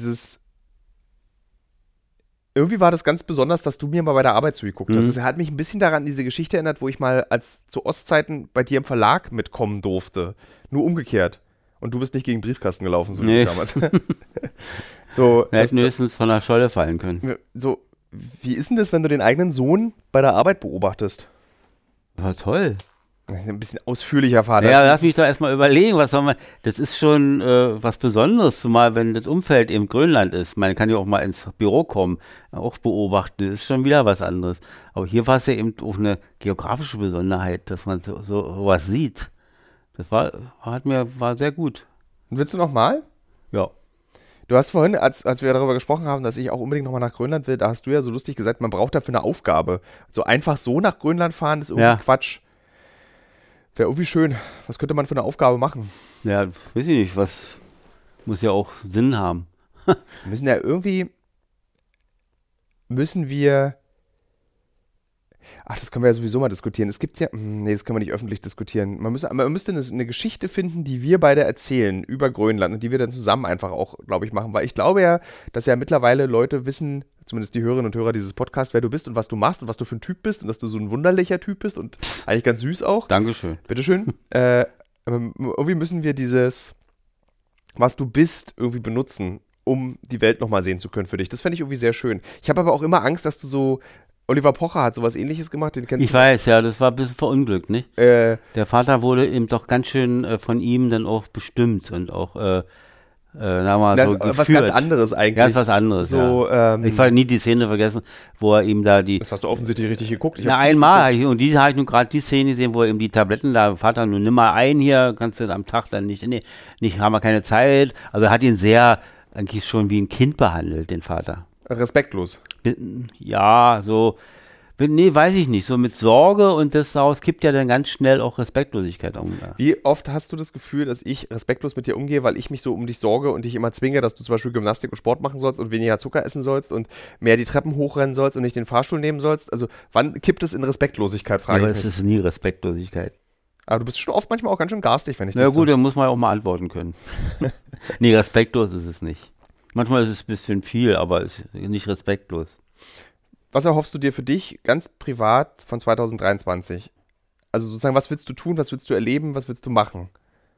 irgendwie war das ganz besonders, dass du mir mal bei der Arbeit zugeguckt hast. Das hat mich ein bisschen daran an diese Geschichte erinnert, wo ich mal zu Ostzeiten bei dir im Verlag mitkommen durfte. Nur umgekehrt. Und du bist nicht gegen den Briefkasten gelaufen, so wie damals. Wir hätten höchstens von der Scholle fallen können. So, wie ist denn das, wenn du den eigenen Sohn bei der Arbeit beobachtest? War toll. Ein bisschen ausführlicher, Vater. Ja, lass mich doch erstmal überlegen, das ist schon was Besonderes, zumal wenn das Umfeld eben Grönland ist. Man kann ja auch mal ins Büro kommen, auch beobachten, das ist schon wieder was anderes. Aber hier war es ja eben auch eine geografische Besonderheit, dass man so was sieht. Das war sehr gut. Und willst du noch mal? Ja. Du hast vorhin, als wir darüber gesprochen haben, dass ich auch unbedingt nochmal nach Grönland will, da hast du ja so lustig gesagt, man braucht dafür eine Aufgabe. So einfach so nach Grönland fahren, ist irgendwie Quatsch. Wäre irgendwie schön. Was könnte man für eine Aufgabe machen? Ja, weiß ich nicht. Was muss ja auch Sinn haben. Müssen wir. Ach, das können wir ja sowieso mal diskutieren. Es gibt ja. Nee, das können wir nicht öffentlich diskutieren. Man müsste eine Geschichte finden, die wir beide erzählen über Grönland und die wir dann zusammen einfach auch, glaube ich, machen. Weil ich glaube ja, dass ja mittlerweile Leute wissen, zumindest die Hörerinnen und Hörer dieses Podcasts, wer du bist und was du machst und was du für ein Typ bist und dass du so ein wunderlicher Typ bist und eigentlich ganz süß auch. Dankeschön. Bitteschön. Irgendwie müssen wir dieses, was du bist, irgendwie benutzen, um die Welt nochmal sehen zu können für dich. Das fände ich irgendwie sehr schön. Ich habe aber auch immer Angst, dass du so, Oliver Pocher hat sowas Ähnliches gemacht, den kennst du. Ich weiß, ja, das war ein bisschen verunglückt, nicht? Der Vater wurde eben doch ganz schön von ihm dann auch bestimmt und auch das so ist was ganz anderes eigentlich. Ganz was anderes, so, ja. Ich habe nie die Szene vergessen, wo er ihm da Das hast du offensichtlich richtig geguckt. Einmal, und die habe ich nun gerade die Szene gesehen, wo er ihm die Tabletten da, Vater, nun nimm mal ein hier, kannst du am Tag dann nicht, haben wir keine Zeit. Also er hat ihn sehr, eigentlich schon wie ein Kind behandelt, den Vater. Respektlos. Ja, so, weiß ich nicht, so mit Sorge und das daraus kippt ja dann ganz schnell auch Respektlosigkeit um. Wie oft hast du das Gefühl, dass ich respektlos mit dir umgehe, weil ich mich so um dich sorge und dich immer zwinge, dass du zum Beispiel Gymnastik und Sport machen sollst und weniger Zucker essen sollst und mehr die Treppen hochrennen sollst und nicht den Fahrstuhl nehmen sollst? Also wann kippt es in Respektlosigkeit, frage ich mich. Aber es ist nie Respektlosigkeit. Aber du bist schon oft manchmal auch ganz schön garstig, wenn ich das Ja gut, da muss man auch mal antworten können. Nee, respektlos ist es nicht. Manchmal ist es ein bisschen viel, aber es ist nicht respektlos. Was erhoffst du dir für dich ganz privat von 2023? Also sozusagen, was willst du tun, was willst du erleben, was willst du machen?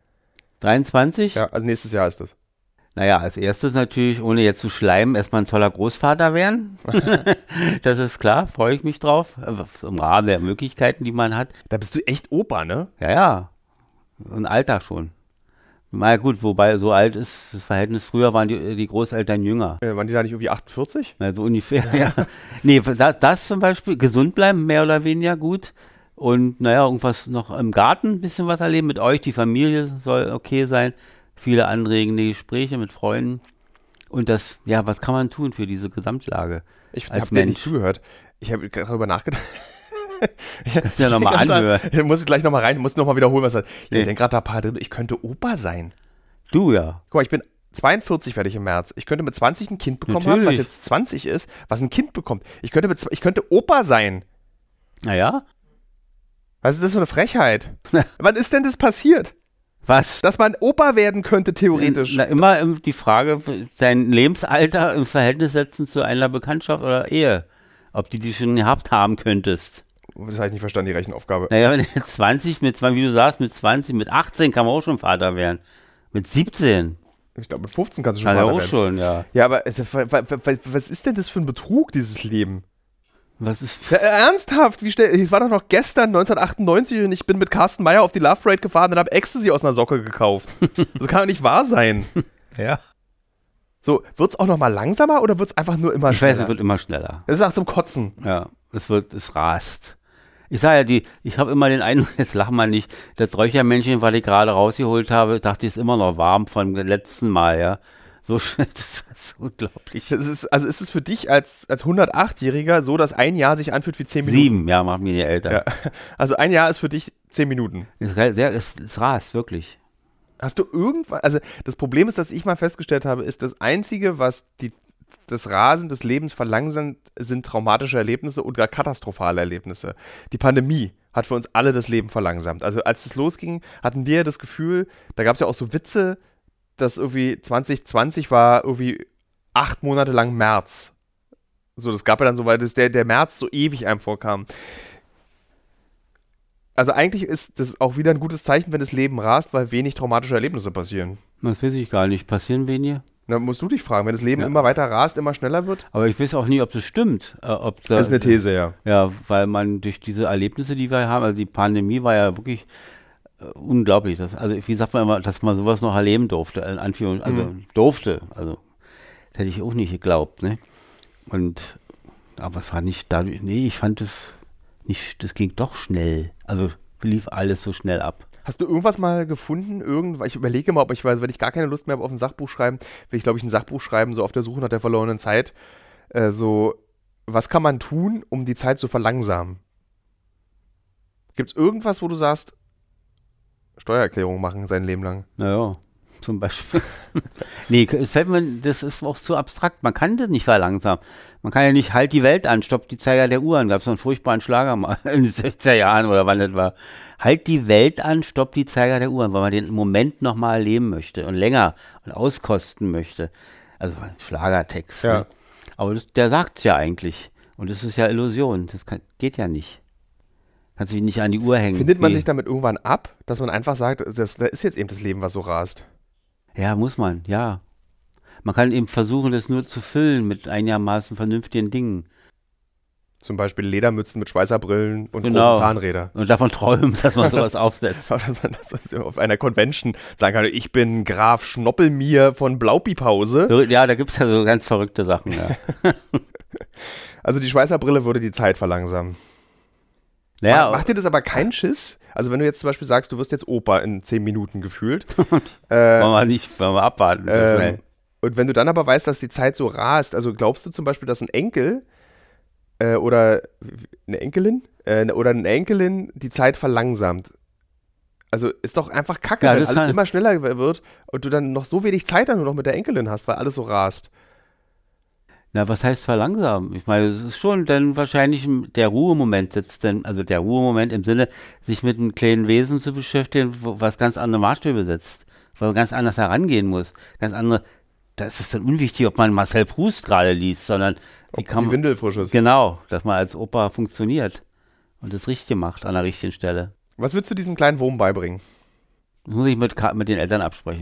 23? Ja, also nächstes Jahr ist das. Naja, als erstes natürlich, ohne jetzt zu schleimen, erstmal ein toller Großvater werden. Das ist klar, freue ich mich drauf. Im Rahmen der Möglichkeiten, die man hat. Da bist du echt Opa, ne? Ja. Ein Alter schon. Na gut, wobei so alt ist das Verhältnis. Früher waren die Großeltern jünger. Waren die da nicht irgendwie 48? Na, so ungefähr, ja. Nee, das zum Beispiel, gesund bleiben, mehr oder weniger gut. Und naja, irgendwas noch im Garten, ein bisschen was erleben mit euch. Die Familie soll okay sein. Viele anregende Gespräche mit Freunden. Und das, ja, was kann man tun für diese Gesamtlage? Ich habe dir nicht zugehört. Ich habe gerade darüber nachgedacht. Kannst du ja nochmal anhören. Ich muss gleich nochmal rein, muss nochmal wiederholen, was er sagt. Ich denke gerade da paar drin, ich könnte Opa sein. Du ja. Guck mal, ich bin 42 werde ich im März. Ich könnte mit 20 ein Kind bekommen haben, was jetzt 20 ist, was ein Kind bekommt. Ich könnte Opa sein. Naja. Was ist das für eine Frechheit? Wann ist denn das passiert? Was? Dass man Opa werden könnte, theoretisch. Na, immer die Frage, sein Lebensalter im Verhältnis setzen zu einer Bekanntschaft oder Ehe. Ob die schon gehabt haben könntest. Das habe ich nicht verstanden, die Rechenaufgabe. Naja, wenn du jetzt 20, wie du sagst, mit 20, mit 18 kann man auch schon Vater werden. Mit 17. Ich glaube, mit 15 kannst du schon Kann Vater er auch werden. schon, ja. Ja, aber was ist denn das für ein Betrug, dieses Leben? Was ist. Ja, ernsthaft, es war doch noch gestern 1998 und ich bin mit Carsten Meyer auf die Love Parade gefahren und habe Ecstasy aus einer Socke gekauft. Das kann doch nicht wahr sein. Ja. So, wird es auch noch mal langsamer oder wird es einfach nur immer Ich schneller? weiß, es wird immer schneller. Das ist auch zum Kotzen. Ja, es rast. Ich sage ja, ich habe immer den Eindruck, jetzt lach mal nicht, das Räuchermännchen, was ich gerade rausgeholt habe, dachte ich, ist immer noch warm vom letzten Mal, ja. So schnell, das ist unglaublich. Ist es für dich als 108-Jähriger so, dass ein Jahr sich anfühlt wie 10 Minuten? 7, ja, machen mir die Eltern. Ja. Also ein Jahr ist für dich 10 Minuten. Es rast, wirklich. Hast du irgendwann, also das Problem ist, dass ich mal festgestellt habe, ist das Einzige, was das Rasen des Lebens verlangsamt, sind traumatische Erlebnisse oder katastrophale Erlebnisse. Die Pandemie hat für uns alle das Leben verlangsamt. Also als es losging, hatten wir das Gefühl, da gab es ja auch so Witze, dass irgendwie 2020 war irgendwie 8 Monate lang März. So, das gab ja dann so, weil der März so ewig einem vorkam. Also eigentlich ist das auch wieder ein gutes Zeichen, wenn das Leben rast, weil wenig traumatische Erlebnisse passieren. Das weiß ich gar nicht. Passieren wenige? Da musst du dich fragen, wenn das Leben immer weiter rast, immer schneller wird? Aber ich weiß auch nie, ob das stimmt. Das ist eine These, ja. Ja, weil man durch diese Erlebnisse, die wir haben, also die Pandemie war ja wirklich unglaublich. Also wie sagt man immer, dass man sowas noch erleben durfte, in Anführung, also durfte. Also das hätte ich auch nicht geglaubt, ne? Aber es war nicht dadurch, nee, ich fand es nicht, das ging doch schnell. Also lief alles so schnell ab. Hast du irgendwas mal gefunden? Ich überlege mal, ob ich weiß, wenn ich gar keine Lust mehr habe auf ein Sachbuch schreiben, will ich, glaube ich, ein Sachbuch schreiben, so auf der Suche nach der verlorenen Zeit. Was kann man tun, um die Zeit zu verlangsamen? Gibt es irgendwas, wo du sagst, Steuererklärung machen sein Leben lang? Naja, zum Beispiel. Nee, es fällt mir, das ist auch zu abstrakt. Man kann das nicht verlangsamen. Man kann ja nicht, halt die Welt an, stoppt die Zeiger der Uhren. Gab es so einen furchtbaren Schlager mal in den 60er Jahren oder wann das war. Halt die Welt an, stoppt die Zeiger der Uhren, weil man den Moment nochmal erleben möchte und länger und auskosten möchte. Also ein Schlagertext. Ja. Ne? Aber der sagt es ja eigentlich. Und das ist ja Illusion. Das geht ja nicht. Kannst du dich nicht an die Uhr hängen. Findet man sich damit irgendwann ab, dass man einfach sagt, da ist jetzt eben das Leben, was so rast? Ja, muss man, ja. Man kann eben versuchen, das nur zu füllen mit einigermaßen vernünftigen Dingen. Zum Beispiel Ledermützen mit Schweißerbrillen und Genau. großen Zahnräder. Und davon träumen, dass man sowas aufsetzt. Dass man das auf einer Convention sagen kann, ich bin Graf Schnoppelmier von Blaupipause. So, ja, da gibt es ja so ganz verrückte Sachen. Ja. Also die Schweißerbrille würde die Zeit verlangsamen. Naja, Macht dir das aber keinen Schiss? Also wenn du jetzt zum Beispiel sagst, du wirst jetzt Opa in 10 Minuten gefühlt. wollen wir abwarten. So schnell. Und wenn du dann aber weißt, dass die Zeit so rast, also glaubst du zum Beispiel, dass ein Enkel oder eine Enkelin oder eine Enkelin die Zeit verlangsamt? Also ist doch einfach kacke, Ja, wenn das alles halt. immer schneller wird und du dann noch so wenig Zeit dann nur noch mit der Enkelin hast, weil alles so rast. Na, was heißt verlangsamen? Ich meine, es ist schon dann wahrscheinlich der Ruhemoment sitzt dann, also der Ruhemoment im Sinne, sich mit einem kleinen Wesen zu beschäftigen, was ganz andere Maßstäbe setzt, wo man ganz anders herangehen muss, ganz andere, da ist es dann unwichtig, ob man Marcel Proust gerade liest, sondern wie kann Die man, Windel frisch ist. genau, dass man als Opa funktioniert und das Richtige macht an der richtigen Stelle. Was willst du diesem kleinen Wurm beibringen? Das muss ich mit den Eltern absprechen.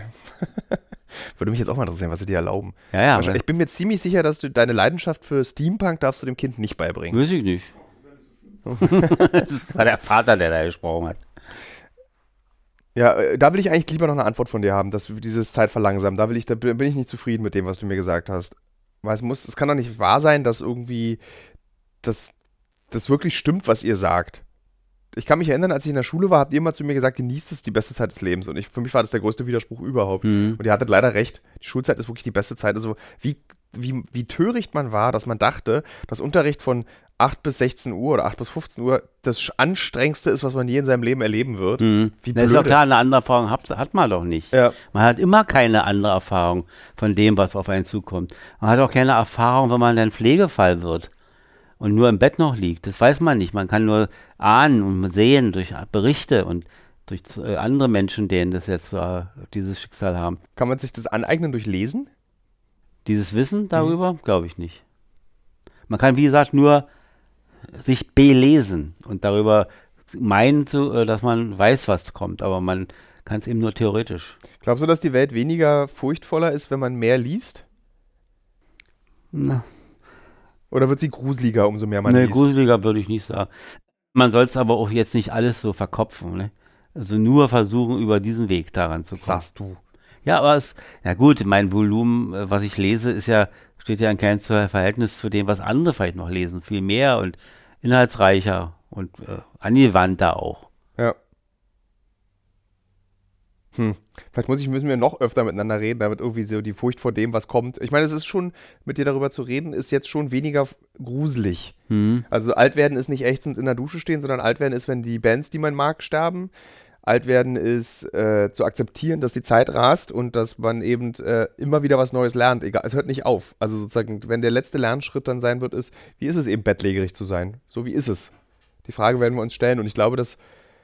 Würde mich jetzt auch mal interessieren, was sie dir erlauben. Ja, Ich bin mir ziemlich sicher, dass du deine Leidenschaft für Steampunk darfst du dem Kind nicht beibringen. weiß ich nicht. Das war der Vater, der da gesprochen hat. Ja, da will ich eigentlich lieber noch eine Antwort von dir haben, dass wir dieses Zeit verlangsamen. Da bin ich nicht zufrieden mit dem, was du mir gesagt hast. Weil es kann doch nicht wahr sein, dass irgendwie das wirklich stimmt, was ihr sagt. Ich kann mich erinnern, als ich in der Schule war, habt ihr immer zu mir gesagt, genießt es, die beste Zeit des Lebens. Und für mich war das der größte Widerspruch überhaupt. Und ihr hattet leider recht. Die Schulzeit ist wirklich die beste Zeit. Also wie töricht man war, dass man dachte, dass Unterricht von 8 bis 16 Uhr oder 8 bis 15 Uhr das anstrengendste ist, was man je in seinem Leben erleben wird. Wie Das ist blöde. auch klar, eine andere Erfahrung hat man doch nicht. Ja. Man hat immer keine andere Erfahrung von dem, was auf einen zukommt. Man hat auch keine Erfahrung, wenn man dann Pflegefall wird. und nur im Bett noch liegt. Das weiß man nicht. Man kann nur ahnen und sehen durch Berichte und durch andere Menschen, denen das jetzt dieses Schicksal haben. Kann man sich das aneignen durch Lesen? Dieses Wissen darüber, glaube ich nicht. Man kann, wie gesagt, nur sich belesen und darüber meinen, dass man weiß, was kommt, aber man kann es eben nur theoretisch. Glaubst du, dass die Welt weniger furchtvoller ist, wenn man mehr liest? Na. Oder wird sie gruseliger, umso mehr man liest? Gruseliger würde ich nicht sagen. Man soll es aber auch jetzt nicht alles so verkopfen. Ne? Also nur versuchen, über diesen Weg daran zu kommen. Sagst du. Ja, aber mein Volumen, was ich lese, steht ja in keinem Verhältnis zu dem, was andere vielleicht noch lesen. Viel mehr und inhaltsreicher und angewandter auch. Ja. Vielleicht müssen wir noch öfter miteinander reden, damit irgendwie so die Furcht vor dem, was kommt. Ich meine, es ist schon, mit dir darüber zu reden, ist jetzt schon weniger gruselig. Also alt werden ist nicht ächzend in der Dusche stehen, sondern alt werden ist, wenn die Bands, die man mag, sterben. Alt werden ist zu akzeptieren, dass die Zeit rast und dass man eben immer wieder was Neues lernt. Egal, es hört nicht auf. Also sozusagen, wenn der letzte Lernschritt dann sein wird, ist, wie ist es eben, bettlägerig zu sein? So, wie ist es? Die Frage werden wir uns stellen und ich glaube, dass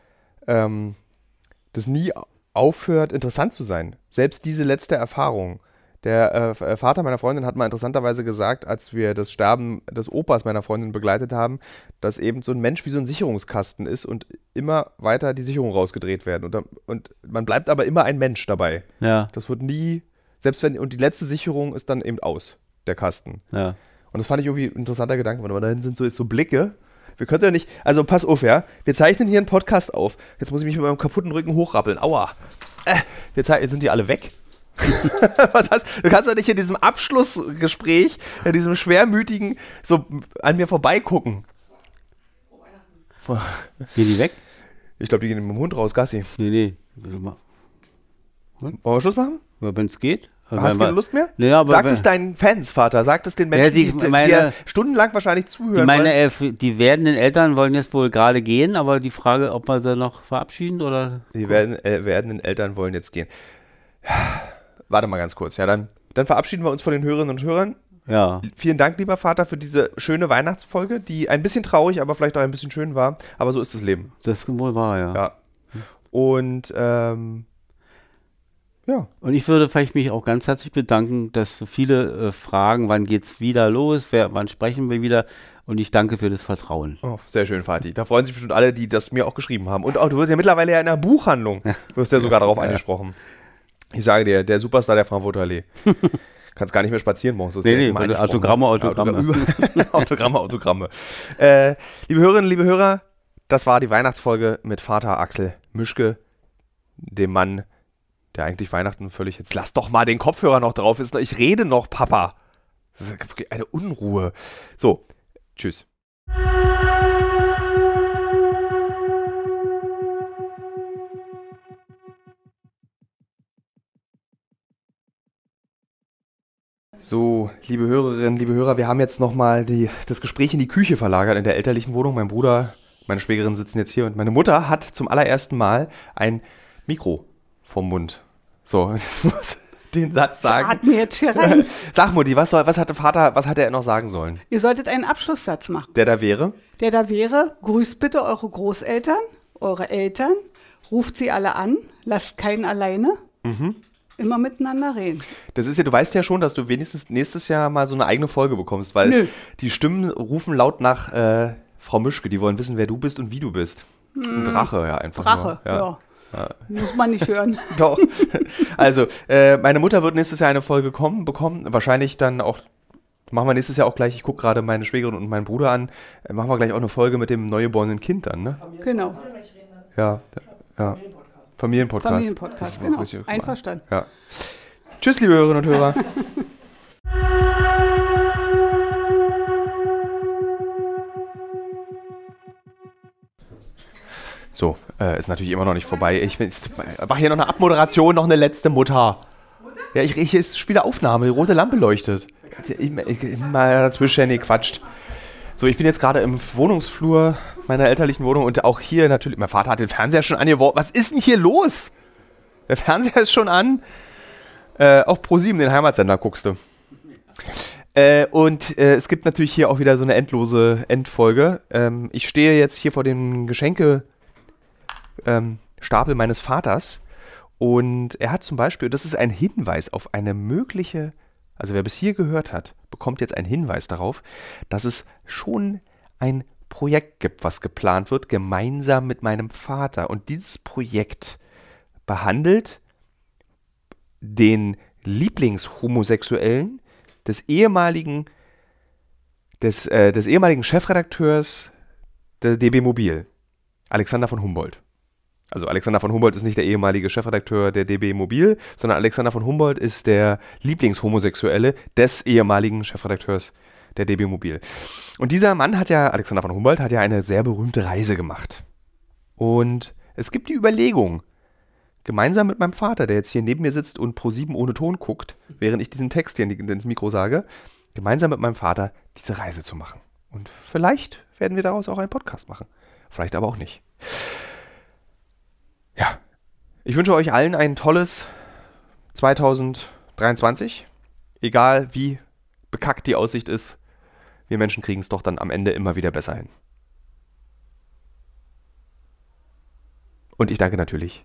das nie aufhört, interessant zu sein. Selbst diese letzte Erfahrung. Der Vater meiner Freundin hat mal interessanterweise gesagt, als wir das Sterben des Opas meiner Freundin begleitet haben, dass eben so ein Mensch wie so ein Sicherungskasten ist und immer weiter die Sicherungen rausgedreht werden. Und man bleibt aber immer ein Mensch dabei. Ja. Das wird nie, und die letzte Sicherung ist dann eben aus, der Kasten. Ja. Und das fand ich irgendwie ein interessanter Gedanke, weil da hinten sind so Blicke. Wir können ja nicht, also pass auf, ja. Wir zeichnen hier einen Podcast auf. Jetzt muss ich mich mit meinem kaputten Rücken hochrappeln. Aua. Jetzt sind die alle weg. Was heißt, du kannst doch nicht in diesem Abschlussgespräch, in diesem schwermütigen, so an mir vorbeigucken. Gehen die weg? Ich glaube, die gehen mit dem Hund raus, Gassi. Nee. Wollen wir Schluss machen? Wenn es geht. Hast du keine Lust mehr? Nee, aber sag es deinen Fans, Vater. Sag es den Menschen, die dir stundenlang wahrscheinlich zuhören wollen. Die werdenden Eltern wollen jetzt wohl gerade gehen, aber die Frage, ob wir sie noch verabschieden oder... Die werdenden Eltern wollen jetzt gehen. Warte mal ganz kurz. Ja, dann verabschieden wir uns von den Hörerinnen und Hörern. Ja. Vielen Dank, lieber Vater, für diese schöne Weihnachtsfolge, die ein bisschen traurig, aber vielleicht auch ein bisschen schön war. Aber so ist das Leben. Das ist wohl wahr, ja. Ja. Und, ja. Und ich würde vielleicht mich auch ganz herzlich bedanken, dass so viele fragen, wann geht's wieder los, wann sprechen wir wieder. Und ich danke für das Vertrauen. Oh, sehr schön, Vati. Da freuen sich bestimmt alle, die das mir auch geschrieben haben. Und auch, du wirst ja mittlerweile ja in einer Buchhandlung, wirst ja sogar darauf angesprochen. Ich sage dir, der Superstar der Frankfurter Allee. Kannst gar nicht mehr spazieren morgens. Nee, Autogramme. Autogramme. Liebe Hörerinnen, liebe Hörer, das war die Weihnachtsfolge mit Vater Axel Mischke, dem Mann, der eigentlich Weihnachten völlig... Jetzt lass doch mal den Kopfhörer noch drauf. Ich rede noch, Papa. Das ist eine Unruhe. So, tschüss. So, liebe Hörerinnen, liebe Hörer, wir haben jetzt nochmal das Gespräch in die Küche verlagert, in der elterlichen Wohnung. Mein Bruder, meine Schwägerin sitzen jetzt hier und meine Mutter hat zum allerersten Mal ein Mikro vom Mund. So, jetzt muss den Satz sagen. Atme jetzt hier rein. Sag Mutti, was hat er noch sagen sollen? Ihr solltet einen Abschlusssatz machen. Der da wäre? Grüßt bitte eure Großeltern, eure Eltern, ruft sie alle an, lasst keinen alleine. Immer miteinander reden. Das ist ja, du weißt ja schon, dass du wenigstens nächstes Jahr mal so eine eigene Folge bekommst, weil die Stimmen rufen laut nach Frau Mischke, die wollen wissen, wer du bist und wie du bist. Ein Drache, ja, einfach. Drache, nur. Ja. Muss man nicht hören. Doch. Also, meine Mutter wird nächstes Jahr eine Folge bekommen. Wahrscheinlich dann auch, machen wir nächstes Jahr auch gleich, ich gucke gerade meine Schwägerin und meinen Bruder an, machen wir gleich auch eine Folge mit dem neugeborenen Kind dann, ne? Genau. Ja. Familienpodcast, genau. Einverstanden. Ja. Tschüss, liebe Hörerinnen und Hörer. So, ist natürlich immer noch nicht vorbei. Ich mache hier noch eine Abmoderation, noch eine letzte Mutter. Ja, ich ist wieder Aufnahme, die rote Lampe leuchtet. Immer dazwischen, nee, quatscht. So, ich bin jetzt gerade im Wohnungsflur meiner elterlichen Wohnung und auch hier natürlich, mein Vater hat den Fernseher schon angeworfen. Was ist denn hier los? Der Fernseher ist schon an. Auch Pro7, den Heimatsender guckst du. Und es gibt natürlich hier auch wieder so eine endlose Endfolge. Ich stehe jetzt hier vor dem Geschenkestapel meines Vaters und er hat zum Beispiel, das ist ein Hinweis auf eine mögliche, also wer bis hier gehört hat, bekommt jetzt einen Hinweis darauf, dass es schon ein Projekt gibt, was geplant wird, gemeinsam mit meinem Vater. Und dieses Projekt behandelt den Lieblingshomosexuellen des ehemaligen Chefredakteurs der DB Mobil, Alexander von Humboldt. Also Alexander von Humboldt ist nicht der ehemalige Chefredakteur der DB Mobil, sondern Alexander von Humboldt ist der Lieblingshomosexuelle des ehemaligen Chefredakteurs der DB Mobil. Und dieser Mann Alexander von Humboldt, hat ja eine sehr berühmte Reise gemacht. Und es gibt die Überlegung, gemeinsam mit meinem Vater, der jetzt hier neben mir sitzt und Pro7 ohne Ton guckt, während ich diesen Text hier ins Mikro sage, gemeinsam mit meinem Vater diese Reise zu machen. Und vielleicht werden wir daraus auch einen Podcast machen. Vielleicht aber auch nicht. Ja, ich wünsche euch allen ein tolles 2023. Egal wie bekackt die Aussicht ist, wir Menschen kriegen es doch dann am Ende immer wieder besser hin. Und ich danke natürlich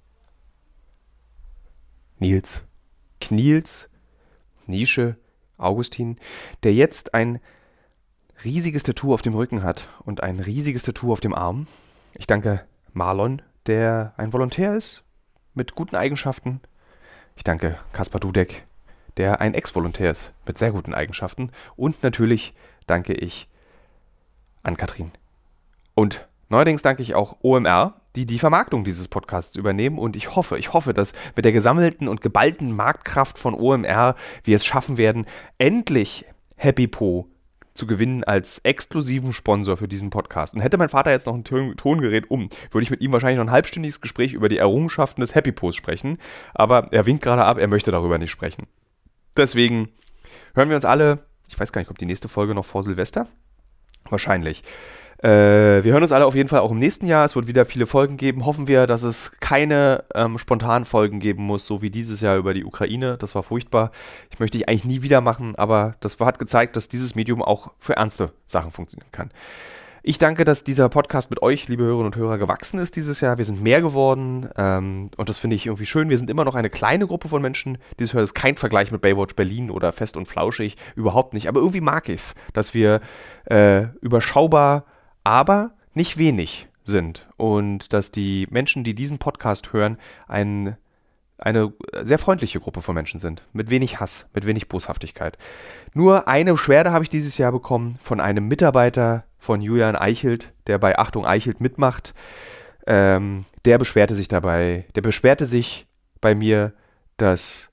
Nils, Kniels, Nische, Augustin, der jetzt ein riesiges Tattoo auf dem Rücken hat und ein riesiges Tattoo auf dem Arm. Ich danke Marlon, der ein Volontär ist mit guten Eigenschaften. Ich danke Kaspar Dudek, der ein Ex-Volontär ist mit sehr guten Eigenschaften. Und natürlich danke ich Ann-Kathrin. Und neuerdings danke ich auch OMR, die Vermarktung dieses Podcasts übernehmen. Und ich hoffe, dass mit der gesammelten und geballten Marktkraft von OMR wir es schaffen werden, endlich Happy Po zu gewinnen als exklusiven Sponsor für diesen Podcast. Und hätte mein Vater jetzt noch ein Tongerät würde ich mit ihm wahrscheinlich noch ein halbstündiges Gespräch über die Errungenschaften des Happy Pos sprechen. Aber er winkt gerade ab, er möchte darüber nicht sprechen. Deswegen hören wir uns alle, ich weiß gar nicht, kommt die nächste Folge noch vor Silvester? Wahrscheinlich. Wir hören uns alle auf jeden Fall auch im nächsten Jahr. Es wird wieder viele Folgen geben. Hoffen wir, dass es keine spontanen Folgen geben muss, so wie dieses Jahr über die Ukraine. Das war furchtbar. Ich möchte ich eigentlich nie wieder machen, aber das hat gezeigt, dass dieses Medium auch für ernste Sachen funktionieren kann. Ich danke, dass dieser Podcast mit euch, liebe Hörerinnen und Hörer, gewachsen ist dieses Jahr. Wir sind mehr geworden und das finde ich irgendwie schön. Wir sind immer noch eine kleine Gruppe von Menschen. Dieses Jahr ist kein Vergleich mit Baywatch Berlin oder Fest und Flauschig, überhaupt nicht. Aber irgendwie mag ich es, dass wir überschaubar, aber nicht wenig sind und dass die Menschen, die diesen Podcast hören, eine sehr freundliche Gruppe von Menschen sind, mit wenig Hass, mit wenig Boshaftigkeit. Nur eine Beschwerde habe ich dieses Jahr bekommen von einem Mitarbeiter von Julian Eichelt, der bei Achtung Eichelt mitmacht. Der beschwerte sich bei mir, dass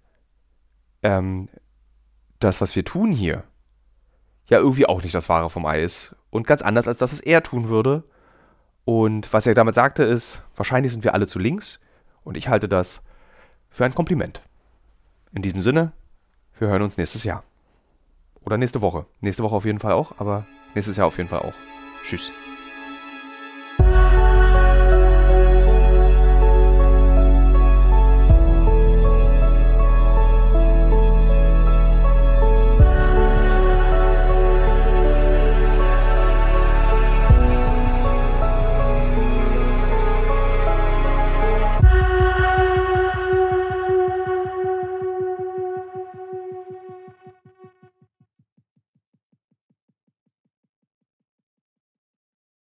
das, was wir tun hier, ja irgendwie auch nicht das Wahre vom Ei ist. Und ganz anders als das, was er tun würde. Und was er damit sagte ist, wahrscheinlich sind wir alle zu links. Und ich halte das für ein Kompliment. In diesem Sinne, wir hören uns nächstes Jahr. Oder nächste Woche. Nächste Woche auf jeden Fall auch, aber nächstes Jahr auf jeden Fall auch. Tschüss.